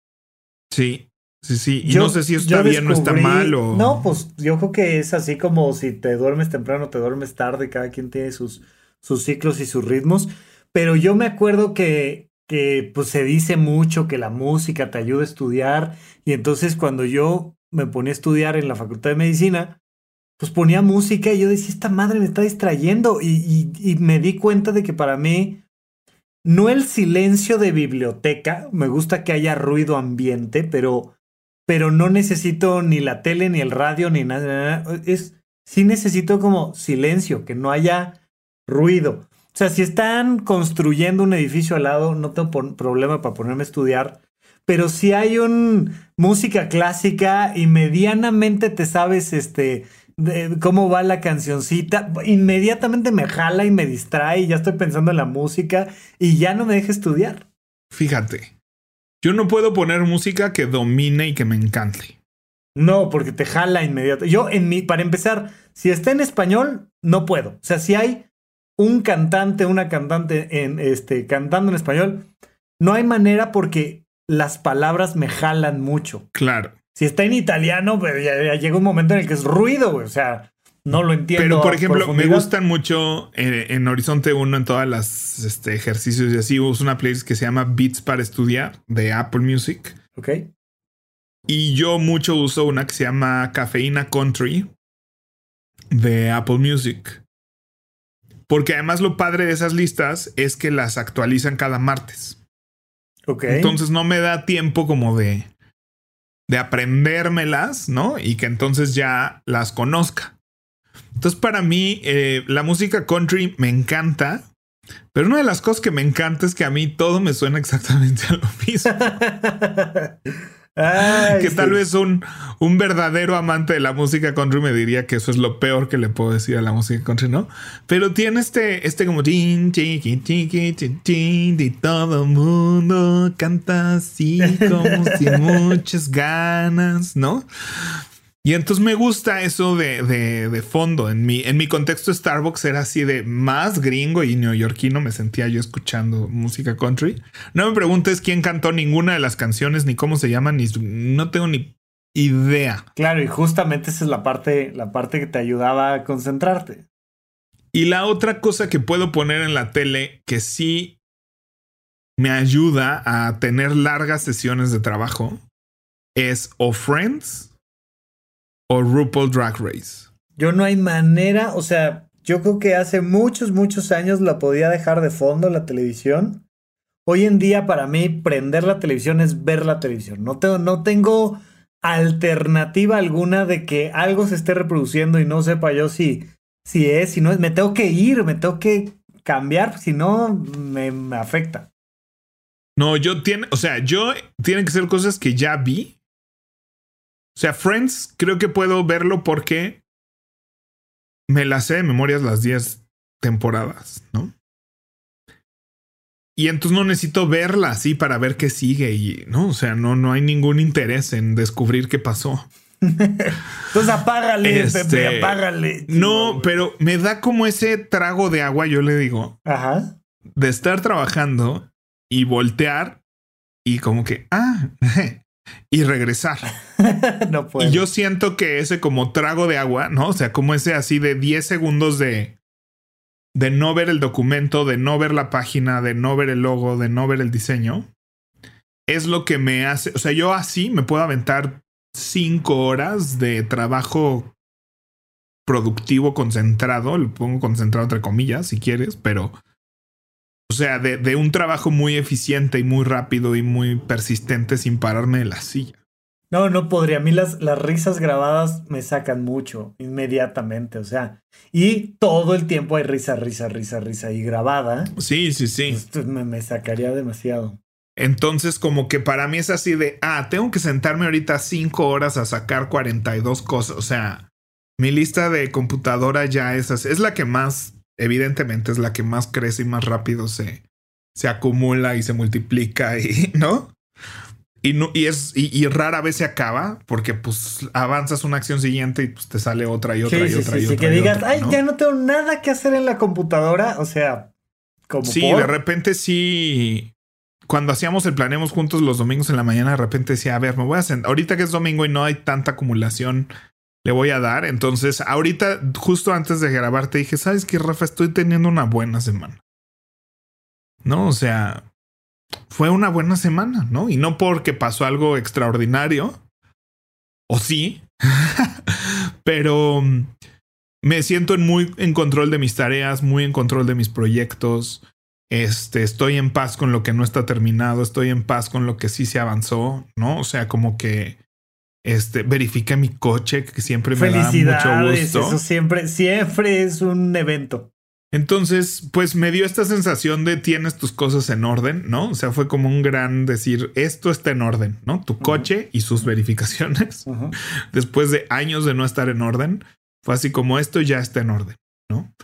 Sí. Y no sé si está bien o está mal o... No, pues yo creo que es así como si te duermes temprano, te duermes tarde. Cada quien tiene sus ciclos y sus ritmos. Pero yo me acuerdo que pues se dice mucho que la música te ayuda a estudiar. Y entonces cuando yo me ponía a estudiar en la Facultad de Medicina, pues ponía música y yo decía, esta madre me está distrayendo. Y me di cuenta de que para mí, no el silencio de biblioteca, me gusta que haya ruido ambiente, pero no necesito ni la tele, ni el radio, ni nada. Sí necesito como silencio, que no haya ruido. O sea, si están construyendo un edificio al lado, no tengo problema para ponerme a estudiar. Pero si hay música clásica y medianamente te sabes cómo va la cancioncita, inmediatamente me jala y me distrae y ya estoy pensando en la música y ya no me deja estudiar. Fíjate, yo no puedo poner música que domine y que me encante. No, porque te jala inmediatamente. Para empezar, si está en español, no puedo. O sea, si hay un cantante, una cantante cantando en español, no hay manera porque las palabras me jalan mucho. Claro. Si está en italiano, pues ya llega un momento en el que es ruido, güey. O sea, no lo entiendo. Pero, por ejemplo, me gustan mucho en Horizonte 1, en todas las ejercicios y así, uso una playlist que se llama Beats para Estudiar de Apple Music. Ok. Y yo mucho uso una que se llama Cafeína Country de Apple Music. Porque además lo padre de esas listas es que las actualizan cada martes. Ok. Entonces no me da tiempo como de aprendérmelas, ¿no? Y que entonces ya las conozca. Entonces para mí la música country me encanta. Pero una de las cosas que me encanta es que a mí todo me suena exactamente a lo mismo. Que tal vez un verdadero amante de la música country me diría que eso es lo peor que le puedo decir a la música country, ¿no? Pero tiene como y todo el mundo canta así como sin muchas ganas, ¿no? Y entonces me gusta eso de fondo. En mi contexto Starbucks era así de más gringo y neoyorquino. Me sentía yo escuchando música country. No me preguntes quién cantó ninguna de las canciones, ni cómo se llaman, no tengo ni idea. Claro, y justamente esa es la parte que te ayudaba a concentrarte. Y la otra cosa que puedo poner en la tele que sí me ayuda a tener largas sesiones de trabajo es o Friends o RuPaul Drag Race. Yo no hay manera, o sea, yo creo que hace muchos años la podía dejar de fondo la televisión. Hoy en día para mí prender la televisión es ver la televisión. No tengo alternativa alguna de que algo se esté reproduciendo y no sepa yo si es, si no es. Me tengo que ir, me tengo que cambiar, si no me afecta. No, tiene que ser cosas que ya vi. O sea, Friends creo que puedo verlo porque me las sé de memorias las 10 temporadas, ¿no? Y entonces no necesito verla así para ver qué sigue y no, o sea, no hay ningún interés en descubrir qué pasó. Entonces apágale, Pepe, apágale. No, pero me da como ese trago de agua, yo le digo. Ajá. De estar trabajando y voltear y como que, y regresar. No puedo. Y yo siento que ese como trago de agua, ¿no? O sea, como ese así de 10 segundos de no ver el documento, de no ver la página, de no ver el logo, de no ver el diseño, es lo que me hace, o sea, yo así me puedo aventar 5 horas de trabajo productivo concentrado, lo pongo concentrado entre comillas si quieres, pero o sea, de un trabajo muy eficiente y muy rápido y muy persistente sin pararme de la silla. No podría. A mí las risas grabadas me sacan mucho inmediatamente, o sea, y todo el tiempo hay risa y grabada. Sí. Pues me sacaría demasiado. Entonces, como que para mí es así de, tengo que sentarme ahorita 5 horas a sacar 42 cosas. O sea, mi lista de computadora ya es la que más, evidentemente, es la que más crece y más rápido se acumula y se multiplica y, ¿no? Y rara vez se acaba porque pues avanzas una acción siguiente y pues te sale otra y otra y otra y otra. Que digas, ¿no? ya no tengo nada que hacer en la computadora. O sea, como de repente sí. Cuando hacíamos el Planeemos Juntos los domingos en la mañana, de repente decía, a ver, me voy a sentar. Ahorita que es domingo y no hay tanta acumulación, le voy a dar. Entonces, ahorita, justo antes de grabar, te dije, ¿sabes qué, Rafa? Estoy teniendo una buena semana. ¿No? O sea, fue una buena semana, ¿no? Y no porque pasó algo extraordinario. O sí. Pero me siento muy en control de mis tareas, muy en control de mis proyectos. Estoy en paz con lo que no está terminado. Estoy en paz con lo que sí se avanzó, ¿no? O sea, como que verifiqué mi coche, que siempre me da mucho gusto. Eso siempre es un evento. Entonces, pues me dio esta sensación de tienes tus cosas en orden, ¿no? O sea, fue como un gran decir, esto está en orden, ¿no? Tu coche y sus verificaciones. Después de años de no estar en orden, fue así como esto ya está en orden, ¿no?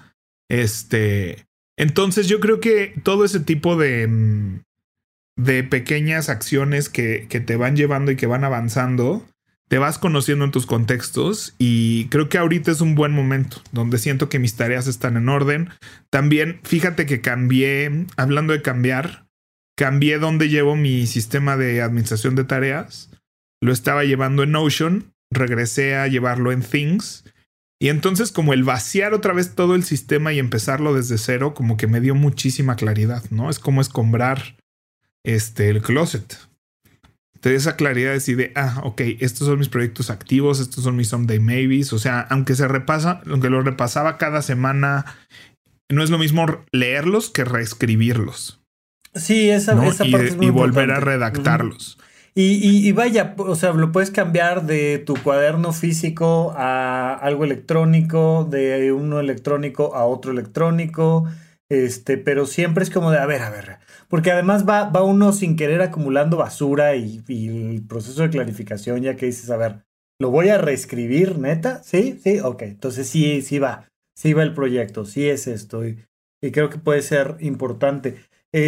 Entonces yo creo que todo ese tipo de pequeñas acciones que te van llevando y que van avanzando, te vas conociendo en tus contextos y creo que ahorita es un buen momento donde siento que mis tareas están en orden. También fíjate que hablando de cambié donde llevo mi sistema de administración de tareas. Lo estaba llevando en Notion, regresé a llevarlo en Things. Y entonces como el vaciar otra vez todo el sistema y empezarlo desde cero, como que me dio muchísima claridad, ¿no? Es como escombrar el closet. Te da esa claridad de decir, ok, estos son mis proyectos activos, estos son mis someday maybes. O sea, aunque lo repasaba cada semana, no es lo mismo leerlos que reescribirlos. Sí, esa parte es muy y volver importante. a redactarlos. Y vaya, o sea, lo puedes cambiar de tu cuaderno físico a algo electrónico, de uno electrónico a otro electrónico, pero siempre es como de, a ver, porque además va uno sin querer acumulando basura y el proceso de clarificación, ya que dices, a ver, ¿lo voy a reescribir, neta? Sí, ok, entonces sí va el proyecto, sí es esto, y creo que puede ser importante.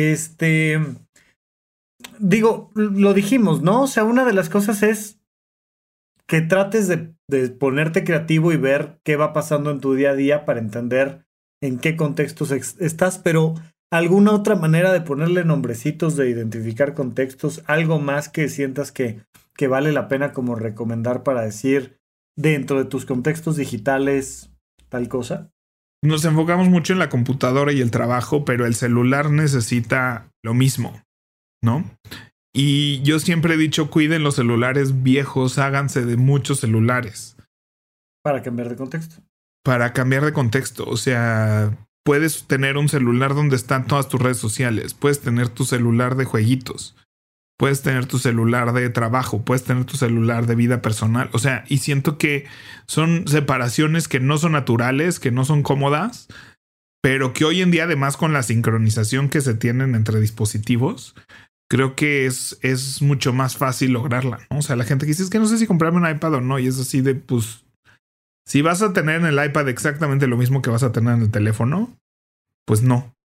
Digo, lo dijimos, ¿no? O sea, una de las cosas es que trates de ponerte creativo y ver qué va pasando en tu día a día para entender en qué contextos estás, pero alguna otra manera de ponerle nombrecitos, de identificar contextos, algo más que sientas que vale la pena como recomendar para decir dentro de tus contextos digitales tal cosa. Nos enfocamos mucho en la computadora y el trabajo, pero el celular necesita lo mismo, ¿no? Y yo siempre he dicho, cuiden los celulares viejos, háganse de muchos celulares. Para cambiar de contexto. Para cambiar de contexto. O sea, puedes tener un celular donde están todas tus redes sociales. Puedes tener tu celular de jueguitos. Puedes tener tu celular de trabajo. Puedes tener tu celular de vida personal. O sea, y siento que son separaciones que no son naturales, que no son cómodas, pero que hoy en día, además, con la sincronización que se tienen entre dispositivos, creo que es mucho más fácil lograrla, ¿no? O sea, la gente que dice, es que no sé si comprarme un iPad o no. Y es así de, pues, si vas a tener en el iPad exactamente lo mismo que vas a tener en el teléfono, pues no.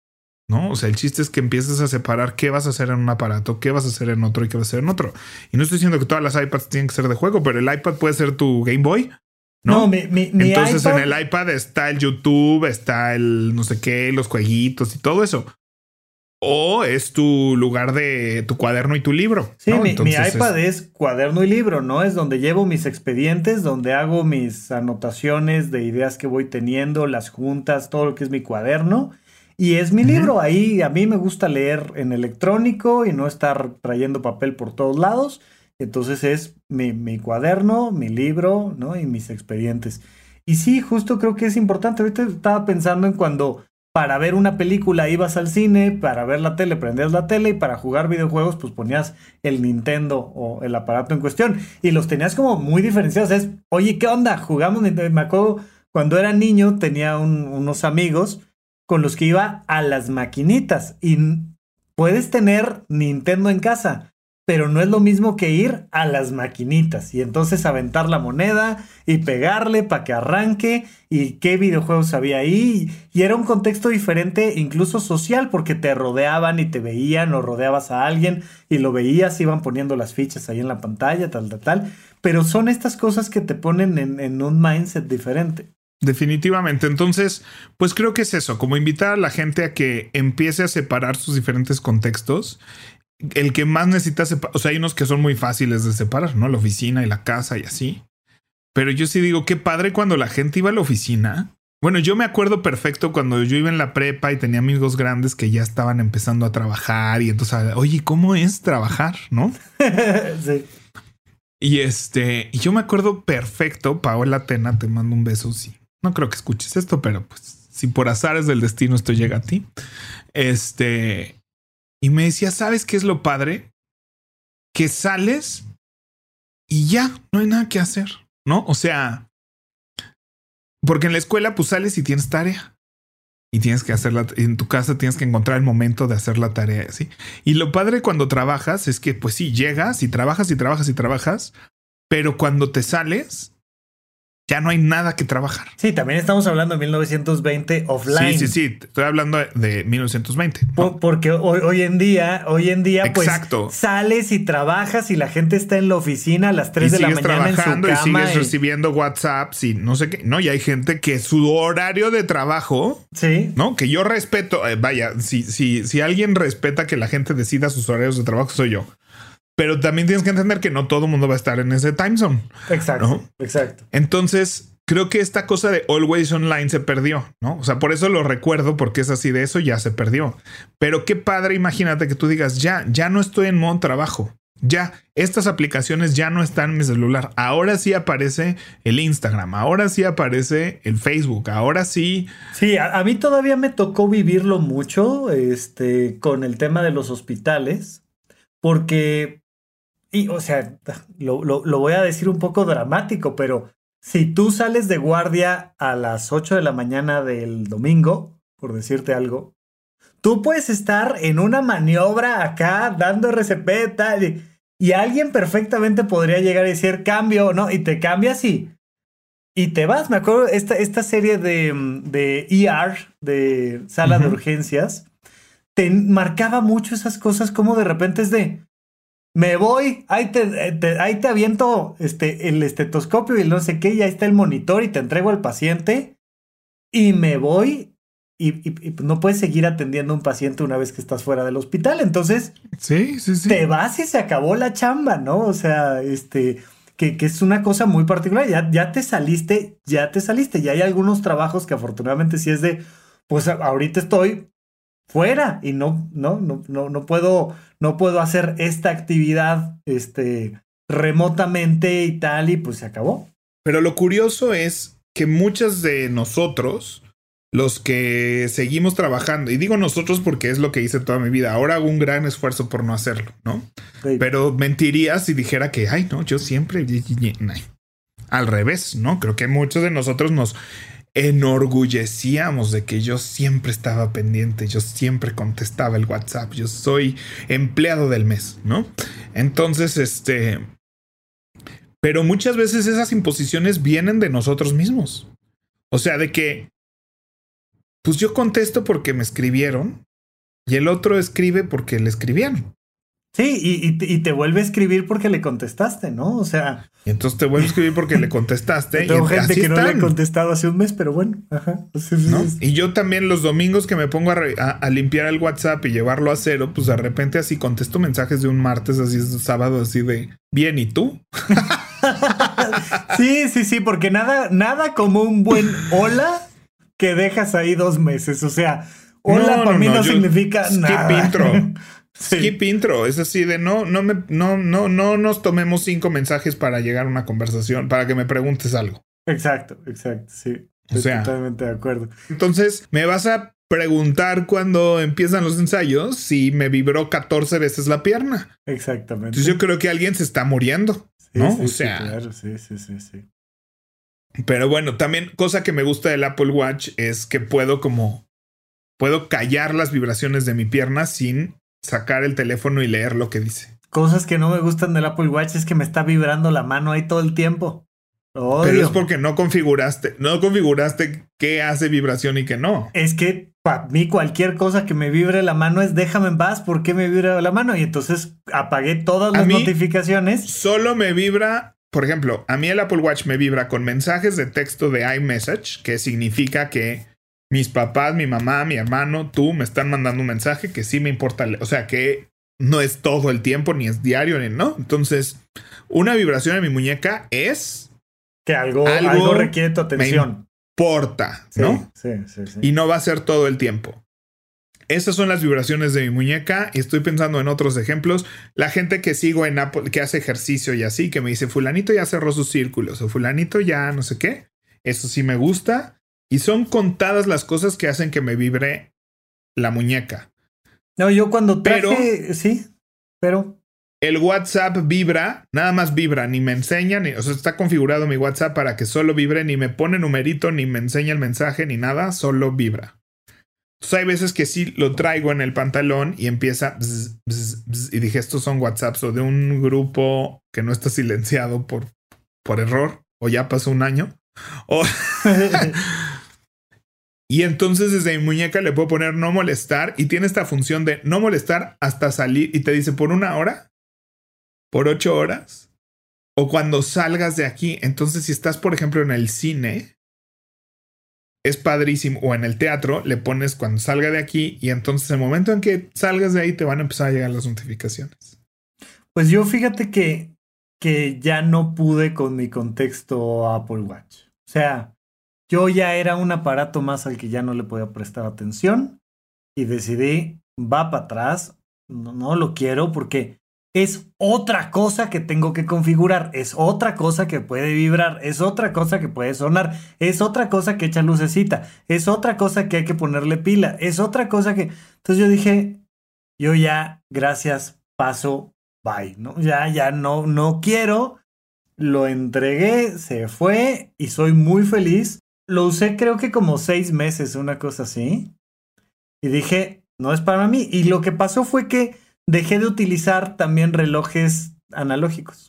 ¿no? O sea, el chiste es que empieces a separar qué vas a hacer en un aparato, qué vas a hacer en otro y qué vas a hacer en otro. Y no estoy diciendo que todas las iPads tienen que ser de juego, pero el iPad puede ser tu Game Boy, ¿no? Entonces iPad... en el iPad está el YouTube, está el no sé qué, los jueguitos y todo eso. O es tu lugar de tu cuaderno y tu libro. Sí, ¿no? mi iPad es cuaderno y libro, ¿no? Es donde llevo mis expedientes, donde hago mis anotaciones de ideas que voy teniendo, las juntas, todo lo que es mi cuaderno. Y es mi libro. Ahí a mí me gusta leer en electrónico y no estar trayendo papel por todos lados. Entonces es mi cuaderno, mi libro, ¿no? Y mis expedientes. Y sí, justo creo que es importante. Ahorita estaba pensando en cuando para ver una película ibas al cine, para ver la tele prendías la tele y para jugar videojuegos pues ponías el Nintendo o el aparato en cuestión. Y los tenías como muy diferenciados. Es, oye, ¿qué onda? Jugamos Nintendo. Me acuerdo cuando era niño tenía unos amigos con los que iba a las maquinitas. Y puedes tener Nintendo en casa, pero no es lo mismo que ir a las maquinitas y entonces aventar la moneda y pegarle para que arranque y qué videojuegos había ahí. Y era un contexto diferente, incluso social, porque te rodeaban y te veían o rodeabas a alguien y lo veías, iban poniendo las fichas ahí en la pantalla, tal. Pero son estas cosas que te ponen en un mindset diferente. Definitivamente. Entonces, pues creo que es eso, como invitar a la gente a que empiece a separar sus diferentes contextos. El que más necesita separar, o sea, hay unos que son muy fáciles de separar, ¿no? La oficina y la casa y así. Pero yo sí digo, qué padre cuando la gente iba a la oficina. Bueno, yo me acuerdo perfecto cuando yo iba en la prepa y tenía amigos grandes que ya estaban empezando a trabajar y entonces, oye, ¿cómo es trabajar? ¿No? Sí. Y yo me acuerdo perfecto, Paola Tena, te mando un beso, sí. No creo que escuches esto, pero pues si por azares del destino esto llega a ti. Y me decía, ¿sabes qué es lo padre? Que sales y ya no hay nada que hacer, ¿no? O sea, porque en la escuela pues sales y tienes tarea y tienes que hacerla en tu casa, tienes que encontrar el momento de hacer la tarea, ¿sí? Y lo padre cuando trabajas es que pues sí, llegas y trabajas, pero cuando te sales ya no hay nada que trabajar. Sí, también estamos hablando de 1920 offline. Sí. Estoy hablando de 1920. ¿No? Porque hoy en día, pues exacto, sales y trabajas y la gente está en la oficina a las 3 de la mañana en su cama. Y sigues recibiendo WhatsApps y no sé qué. No, y hay gente que su horario de trabajo, sí, ¿no? Que yo respeto. Vaya, si alguien respeta que la gente decida sus horarios de trabajo, soy yo. Pero también tienes que entender que no todo el mundo va a estar en ese time zone. Exacto, ¿no? Exacto. Entonces, creo que esta cosa de always online se perdió, ¿no? O sea, por eso lo recuerdo, porque es así, de eso ya se perdió. Pero qué padre, imagínate que tú digas, ya no estoy en modo trabajo. Ya, estas aplicaciones ya no están en mi celular. Ahora sí aparece el Instagram, ahora sí aparece el Facebook, ahora sí. Sí, a mí todavía me tocó vivirlo mucho, con el tema de los hospitales, porque... Y, o sea, lo voy a decir un poco dramático, pero si tú sales de guardia a las 8 de la mañana del domingo, por decirte algo, tú puedes estar en una maniobra acá dando RCP tal, y alguien perfectamente podría llegar y decir cambio, ¿no? Y te cambias y te vas. Me acuerdo esta serie de ER, de sala de urgencias, te marcaba mucho esas cosas como de repente es de... Me voy, ahí te aviento el estetoscopio y no sé qué, y ahí está el monitor y te entrego al paciente y me voy y no puedes seguir atendiendo a un paciente una vez que estás fuera del hospital. Entonces, sí. Te vas y se acabó la chamba, ¿no? O sea, que es una cosa muy particular. Ya te saliste. Y hay algunos trabajos que afortunadamente sí es de, pues ahorita estoy fuera y no puedo hacer esta actividad remotamente y tal, y pues se acabó. Pero lo curioso es que muchos de nosotros, los que seguimos trabajando, y digo nosotros porque es lo que hice toda mi vida, ahora hago un gran esfuerzo por no hacerlo, ¿no? Sí. Pero mentiría si dijera que, ay, no, yo siempre... Al revés, ¿no? Creo que muchos de nosotros nos enorgullecíamos de que yo siempre estaba pendiente, yo siempre contestaba el WhatsApp, yo soy empleado del mes, ¿no? Entonces, pero muchas veces esas imposiciones vienen de nosotros mismos. O sea, de que, pues yo contesto porque me escribieron, Y el otro escribe porque le escribieron. Sí, y te vuelve a escribir porque le contestaste, ¿no? O sea... Y entonces te vuelve a escribir porque le contestaste. Tengo gente que no le he contestado hace un mes, pero bueno. Ajá. ¿No? Y yo también los domingos que me pongo a limpiar el WhatsApp y llevarlo a cero, pues de repente así contesto mensajes de un martes, así es sábado, así de bien, ¿y tú? Sí, porque nada como un buen hola que dejas ahí 2 meses. O sea, hola para mí no significa nada. Skip intro. Sí. Skip intro, es así de no nos tomemos 5 mensajes para llegar a una conversación, para que me preguntes algo. Exacto, sí. Estoy totalmente de acuerdo. Entonces, me vas a preguntar cuando empiezan los ensayos si me vibró 14 veces la pierna. Exactamente. Entonces yo creo que alguien se está muriendo, ¿no? Sí, o sea, claro, sí. Pero bueno, también cosa que me gusta del Apple Watch es que puedo callar las vibraciones de mi pierna sin sacar el teléfono y leer lo que dice. Cosas que no me gustan del Apple Watch es que me está vibrando la mano ahí todo el tiempo. Odio. Pero es porque no configuraste qué hace vibración y qué no. Es que para mí cualquier cosa que me vibre la mano es déjame en paz, ¿por qué me vibra la mano? Y entonces apagué todas las notificaciones. Solo me vibra, por ejemplo, a mí el Apple Watch me vibra con mensajes de texto de iMessage, que significa que mis papás, mi mamá, mi hermano, tú me están mandando un mensaje que sí me importa. O sea, que no es todo el tiempo, ni es diario, ni no. Entonces, una vibración en mi muñeca es... que algo requiere tu atención. Me importa, ¿no? Sí. Y no va a ser todo el tiempo. Esas son las vibraciones de mi muñeca. Y estoy pensando en otros ejemplos. La gente que sigo en Apple, que hace ejercicio y así, que me dice, fulanito ya cerró sus círculos, o fulanito ya no sé qué. Eso sí me gusta. Y son contadas las cosas que hacen que me vibre la muñeca. No, yo cuando traje... pero... El WhatsApp vibra, nada más vibra, ni me enseña, o sea, está configurado mi WhatsApp para que solo vibre, ni me pone numerito, ni me enseña el mensaje, ni nada, solo vibra. Entonces hay veces que sí lo traigo en el pantalón y empieza bzz, bzz, bzz, y dije, estos son WhatsApps o de un grupo que no está silenciado por error, o ya pasó un año. Y entonces desde mi muñeca le puedo poner no molestar y tiene esta función de no molestar hasta salir y te dice por 1 hora, por 8 horas o cuando salgas de aquí. Entonces si estás por ejemplo en el cine es padrísimo, o en el teatro le pones cuando salga de aquí y entonces el momento en que salgas de ahí te van a empezar a llegar las notificaciones. Pues yo fíjate que ya no pude con mi contexto Apple Watch. O sea, yo ya era un aparato más al que ya no le podía prestar atención y decidí, va para atrás, no lo quiero porque es otra cosa que tengo que configurar, es otra cosa que puede vibrar, es otra cosa que puede sonar, es otra cosa que echa lucecita, es otra cosa que hay que ponerle pila, es otra cosa que... Entonces yo dije, yo ya, gracias, paso, bye, ¿no? Ya no quiero, lo entregué, se fue y soy muy feliz. Lo usé creo que como 6 meses, una cosa así. Y dije, no es para mí. Y lo que pasó fue que dejé de utilizar también relojes analógicos.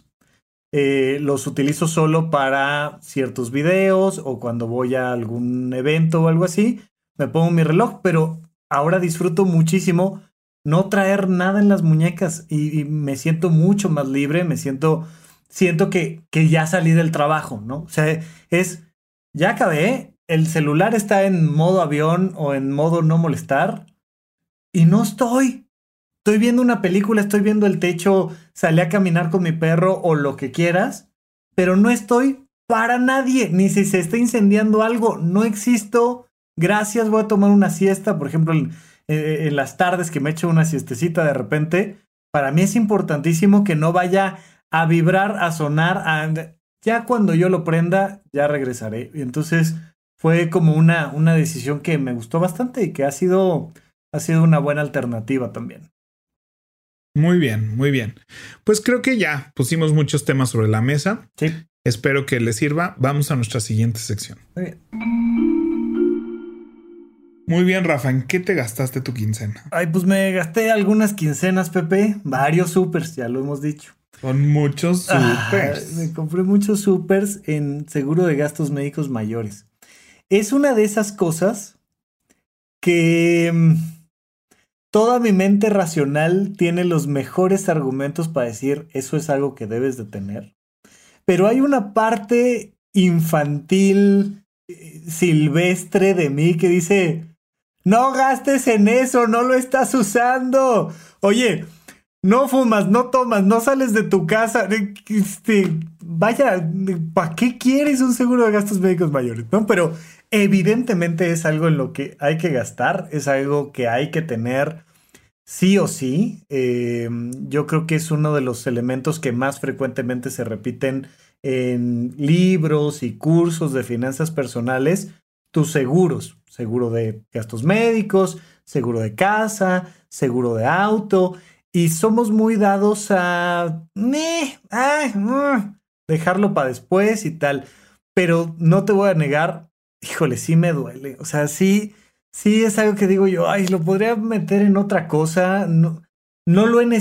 Los utilizo solo para ciertos videos o cuando voy a algún evento o algo así. Me pongo mi reloj, pero ahora disfruto muchísimo no traer nada en las muñecas y me siento mucho más libre. Siento que ya salí del trabajo, ¿no? O sea, ya acabé, el celular está en modo avión o en modo no molestar y no estoy viendo una película, estoy viendo el techo, salí a caminar con mi perro o lo que quieras, pero no estoy para nadie, ni si se está incendiando algo, no existo, gracias, voy a tomar una siesta, por ejemplo, en las tardes que me echo una siestecita de repente, para mí es importantísimo que no vaya a vibrar, a sonar, ya cuando yo lo prenda, ya regresaré. Y entonces fue como una decisión que me gustó bastante y que ha sido una buena alternativa también. Muy bien, muy bien. Pues creo que ya pusimos muchos temas sobre la mesa. Sí. Espero que les sirva. Vamos a nuestra siguiente sección. Muy bien. Muy bien, Rafa. ¿En qué te gastaste tu quincena? Ay, pues me gasté algunas quincenas, Pepe. Varios supers, ya lo hemos dicho. Son muchos supers. Me compré muchos supers en seguro de gastos médicos mayores. Es una de esas cosas que toda mi mente racional tiene los mejores argumentos para decir eso es algo que debes de tener. Pero hay una parte infantil, silvestre de mí que dice, no gastes en eso, no lo estás usando. Oye, no fumas, no tomas, no sales de tu casa. Vaya, ¿para qué quieres un seguro de gastos médicos mayores? ¿No? Pero evidentemente es algo en lo que hay que gastar, es algo que hay que tener sí o sí. Yo creo que es uno de los elementos que más frecuentemente se repiten en libros y cursos de finanzas personales. Tus seguros, seguro de gastos médicos, seguro de casa, seguro de auto. Y somos muy dados a dejarlo para después y tal. Pero no te voy a negar, híjole, sí me duele. O sea, sí es algo que digo yo, lo podría meter en otra cosa. No lo he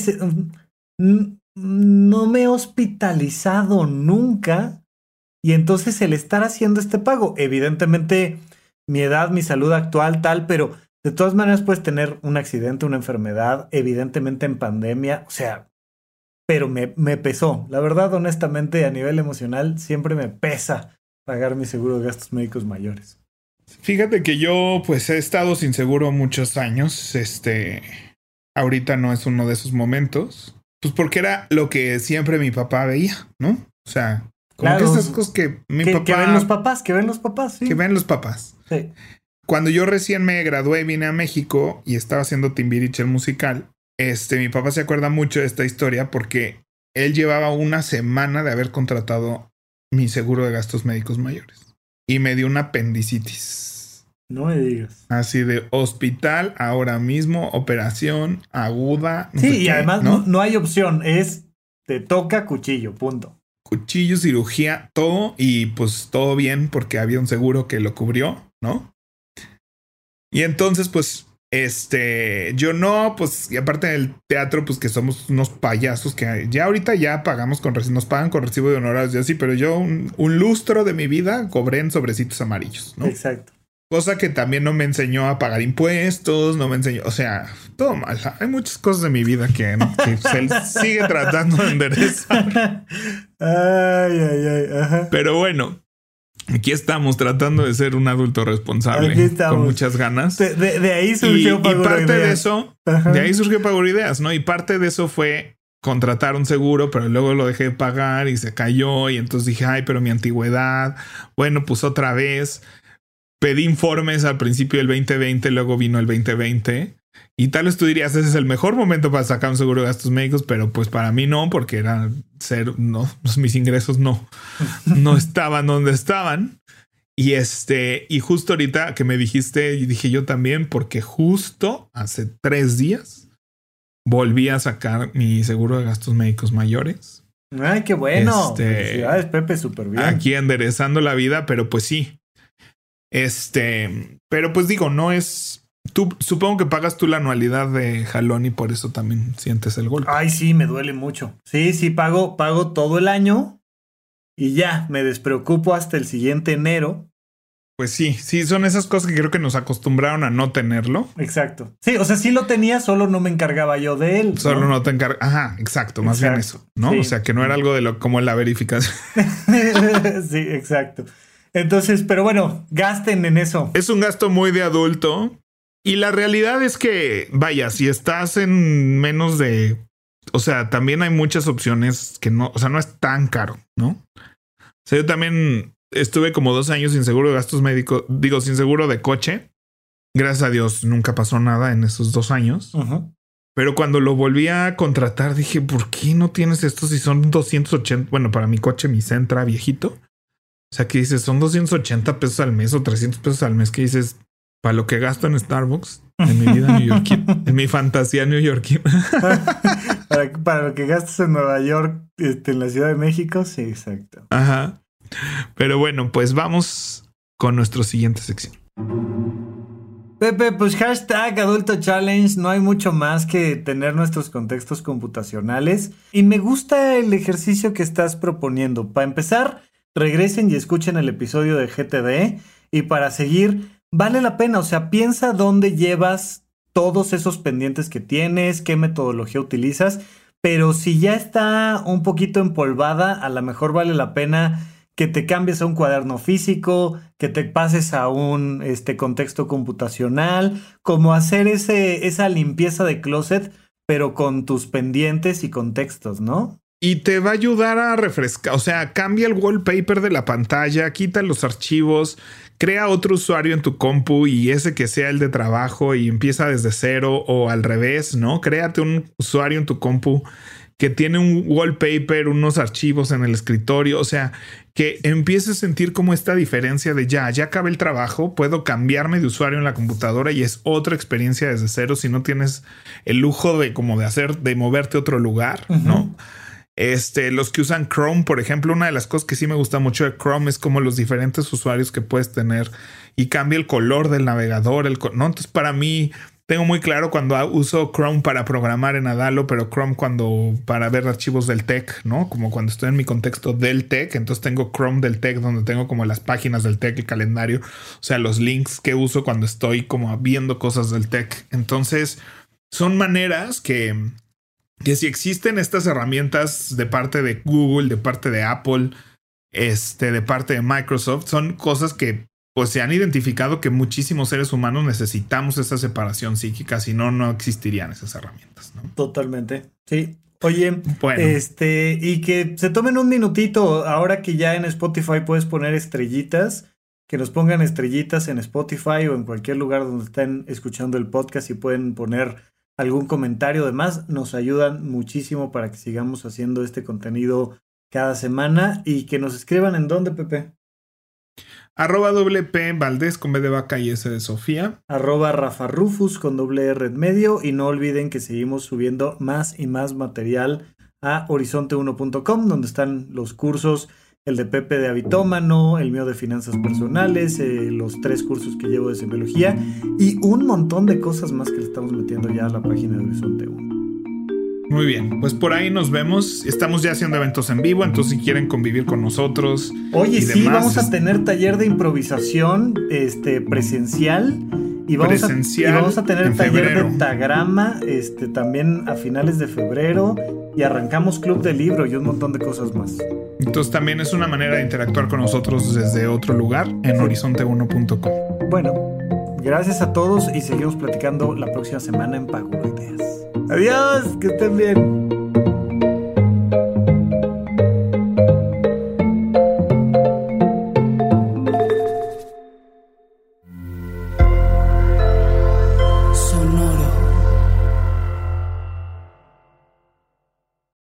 no me he hospitalizado nunca. Y entonces el estar haciendo este pago, evidentemente mi edad, mi salud actual, tal, pero de todas maneras puedes tener un accidente, una enfermedad, evidentemente en pandemia, o sea, pero me pesó. La verdad, honestamente, a nivel emocional, siempre me pesa pagar mi seguro de gastos médicos mayores. Fíjate que yo, pues, he estado sin seguro muchos años. Ahorita no es uno de esos momentos. Pues porque era lo que siempre mi papá veía, ¿no? O sea, como claro, que esas cosas que papá... Que ven los papás, sí. Que ven los papás. Sí. Cuando yo recién me gradué, vine a México y estaba haciendo Timbiriche el musical. Mi papá se acuerda mucho de esta historia porque él llevaba una semana de haber contratado mi seguro de gastos médicos mayores. Y me dio una apendicitis. No me digas. Así de hospital, ahora mismo, operación aguda. No sí, sé y qué, además no hay opción. Te toca cuchillo, punto. Cuchillo, cirugía, todo. Y pues todo bien porque había un seguro que lo cubrió, ¿no? Y entonces, pues, yo no, pues, y aparte del teatro, pues que somos unos payasos que ya ahorita ya pagamos nos pagan con recibo de honorarios y así, pero yo un lustro de mi vida cobré en sobrecitos amarillos, ¿no? Exacto. Cosa que también no me enseñó a pagar impuestos, no me enseñó, o sea, todo mal. Hay muchas cosas de mi vida que se sigue tratando de enderezar. Ajá. Pero bueno. Aquí estamos tratando de ser un adulto responsable con muchas ganas. De ahí surgió Paguro y parte Ideas. De eso, de ahí surgió Paguro Ideas, ¿no? Y parte de eso fue contratar un seguro, pero luego lo dejé de pagar y se cayó. Y entonces dije, pero mi antigüedad. Bueno, pues otra vez. Pedí informes al principio del 2020, luego vino el 2020. Y tal vez tú dirías, ese es el mejor momento para sacar un seguro de gastos médicos, pero pues para mí no, porque era cero, no, mis ingresos no estaban donde estaban. Y justo ahorita que me dijiste, y dije yo también, porque justo hace 3 días volví a sacar mi seguro de gastos médicos mayores. ¡Ay, qué bueno! Felicidades, Pepe, súper bien. Aquí enderezando la vida, pero pues sí. Pero pues digo, no es... Tú supongo que pagas tú la anualidad de jalón y por eso también sientes el golpe. Ay, sí, me duele mucho. Sí, pago todo el año y ya, me despreocupo hasta el siguiente enero. Pues sí, son esas cosas que creo que nos acostumbraron a no tenerlo. Exacto. Sí, o sea, sí lo tenía, solo no me encargaba yo de él. Solo no te encargas. Ajá, exacto, más bien eso, ¿no? Sí. O sea, que no era algo de como la verificación. Sí, exacto. Entonces, pero bueno, gasten en eso. Es un gasto muy de adulto. Y la realidad es que, vaya, si estás en menos de... O sea, también hay muchas opciones que no... O sea, no es tan caro, ¿no? O sea, yo también estuve como 2 años sin seguro de gastos médicos. Digo, sin seguro de coche. Gracias a Dios nunca pasó nada en esos 2 años. Uh-huh. Pero cuando lo volví a contratar dije, ¿por qué no tienes esto si son 280? Bueno, para mi coche, mi Sentra viejito. O sea, que dices, son 280 pesos al mes o 300 pesos al mes que dices... Para lo que gasto en Starbucks, en mi vida neoyorquina, en mi fantasía neoyorquina. para lo que gastas en Nueva York, en la Ciudad de México, sí, exacto. Ajá. Pero bueno, pues vamos con nuestra siguiente sección. Pepe, pues hashtag Adulto Challenge. No hay mucho más que tener nuestros contextos computacionales. Y me gusta el ejercicio que estás proponiendo. Para empezar, regresen y escuchen el episodio de GTD. Y para seguir... Vale la pena, o sea, piensa dónde llevas todos esos pendientes que tienes, qué metodología utilizas, pero si ya está un poquito empolvada, a lo mejor vale la pena que te cambies a un cuaderno físico, que te pases a un contexto computacional, como hacer esa limpieza de closet, pero con tus pendientes y contextos, ¿no? Y te va a ayudar a refrescar, o sea, cambia el wallpaper de la pantalla, quita los archivos, crea otro usuario en tu compu y ese que sea el de trabajo y empieza desde cero o al revés, ¿no? Créate un usuario en tu compu que tiene un wallpaper, unos archivos en el escritorio, o sea, que empieces a sentir como esta diferencia de ya acabé el trabajo, puedo cambiarme de usuario en la computadora y es otra experiencia desde cero si no tienes el lujo de moverte a otro lugar, ¿no? Los que usan Chrome, por ejemplo, una de las cosas que sí me gusta mucho de Chrome es como los diferentes usuarios que puedes tener y cambia el color del navegador, ¿no? Entonces, para mí, tengo muy claro cuando uso Chrome para programar en Adalo, pero Chrome para ver archivos del TEC, ¿no? Como cuando estoy en mi contexto del TEC, entonces tengo Chrome del TEC donde tengo como las páginas del TEC, el calendario, o sea, los links que uso cuando estoy como viendo cosas del TEC. Entonces, son maneras que si existen estas herramientas de parte de Google, de parte de Apple, de parte de Microsoft, son cosas que pues se han identificado que muchísimos seres humanos necesitamos esa separación psíquica, si no, no existirían esas herramientas, ¿no? Totalmente, sí. Oye, bueno. Y que se tomen un minutito, ahora que ya en Spotify puedes poner estrellitas, que nos pongan estrellitas en Spotify o en cualquier lugar donde estén escuchando el podcast y pueden poner algún comentario. Además, nos ayudan muchísimo para que sigamos haciendo este contenido cada semana y que nos escriban en dónde, Pepe. @WP Valdés con B de vaca y S de Sofía. @Rafa Rufus con R en medio. Y no olviden que seguimos subiendo más y más material a horizonte1.com, donde están los cursos, el de Pepe de Habitómano, el mío de finanzas personales, los 3 cursos que llevo de semiología y un montón de cosas más que le estamos metiendo ya a la página de Horizonte 1. Muy bien, pues por ahí nos vemos. Estamos ya haciendo eventos en vivo, entonces si quieren convivir con nosotros. Oye, sí, demás, vamos a tener taller de improvisación presencial. Y vamos a tener taller de tagrama también a finales de febrero. Y arrancamos club de libro y un montón de cosas más. Entonces también es una manera de interactuar con nosotros desde otro lugar en horizonte1.com. Bueno, gracias a todos y seguimos platicando la próxima semana en Pago Ideas. Adiós, que estén bien.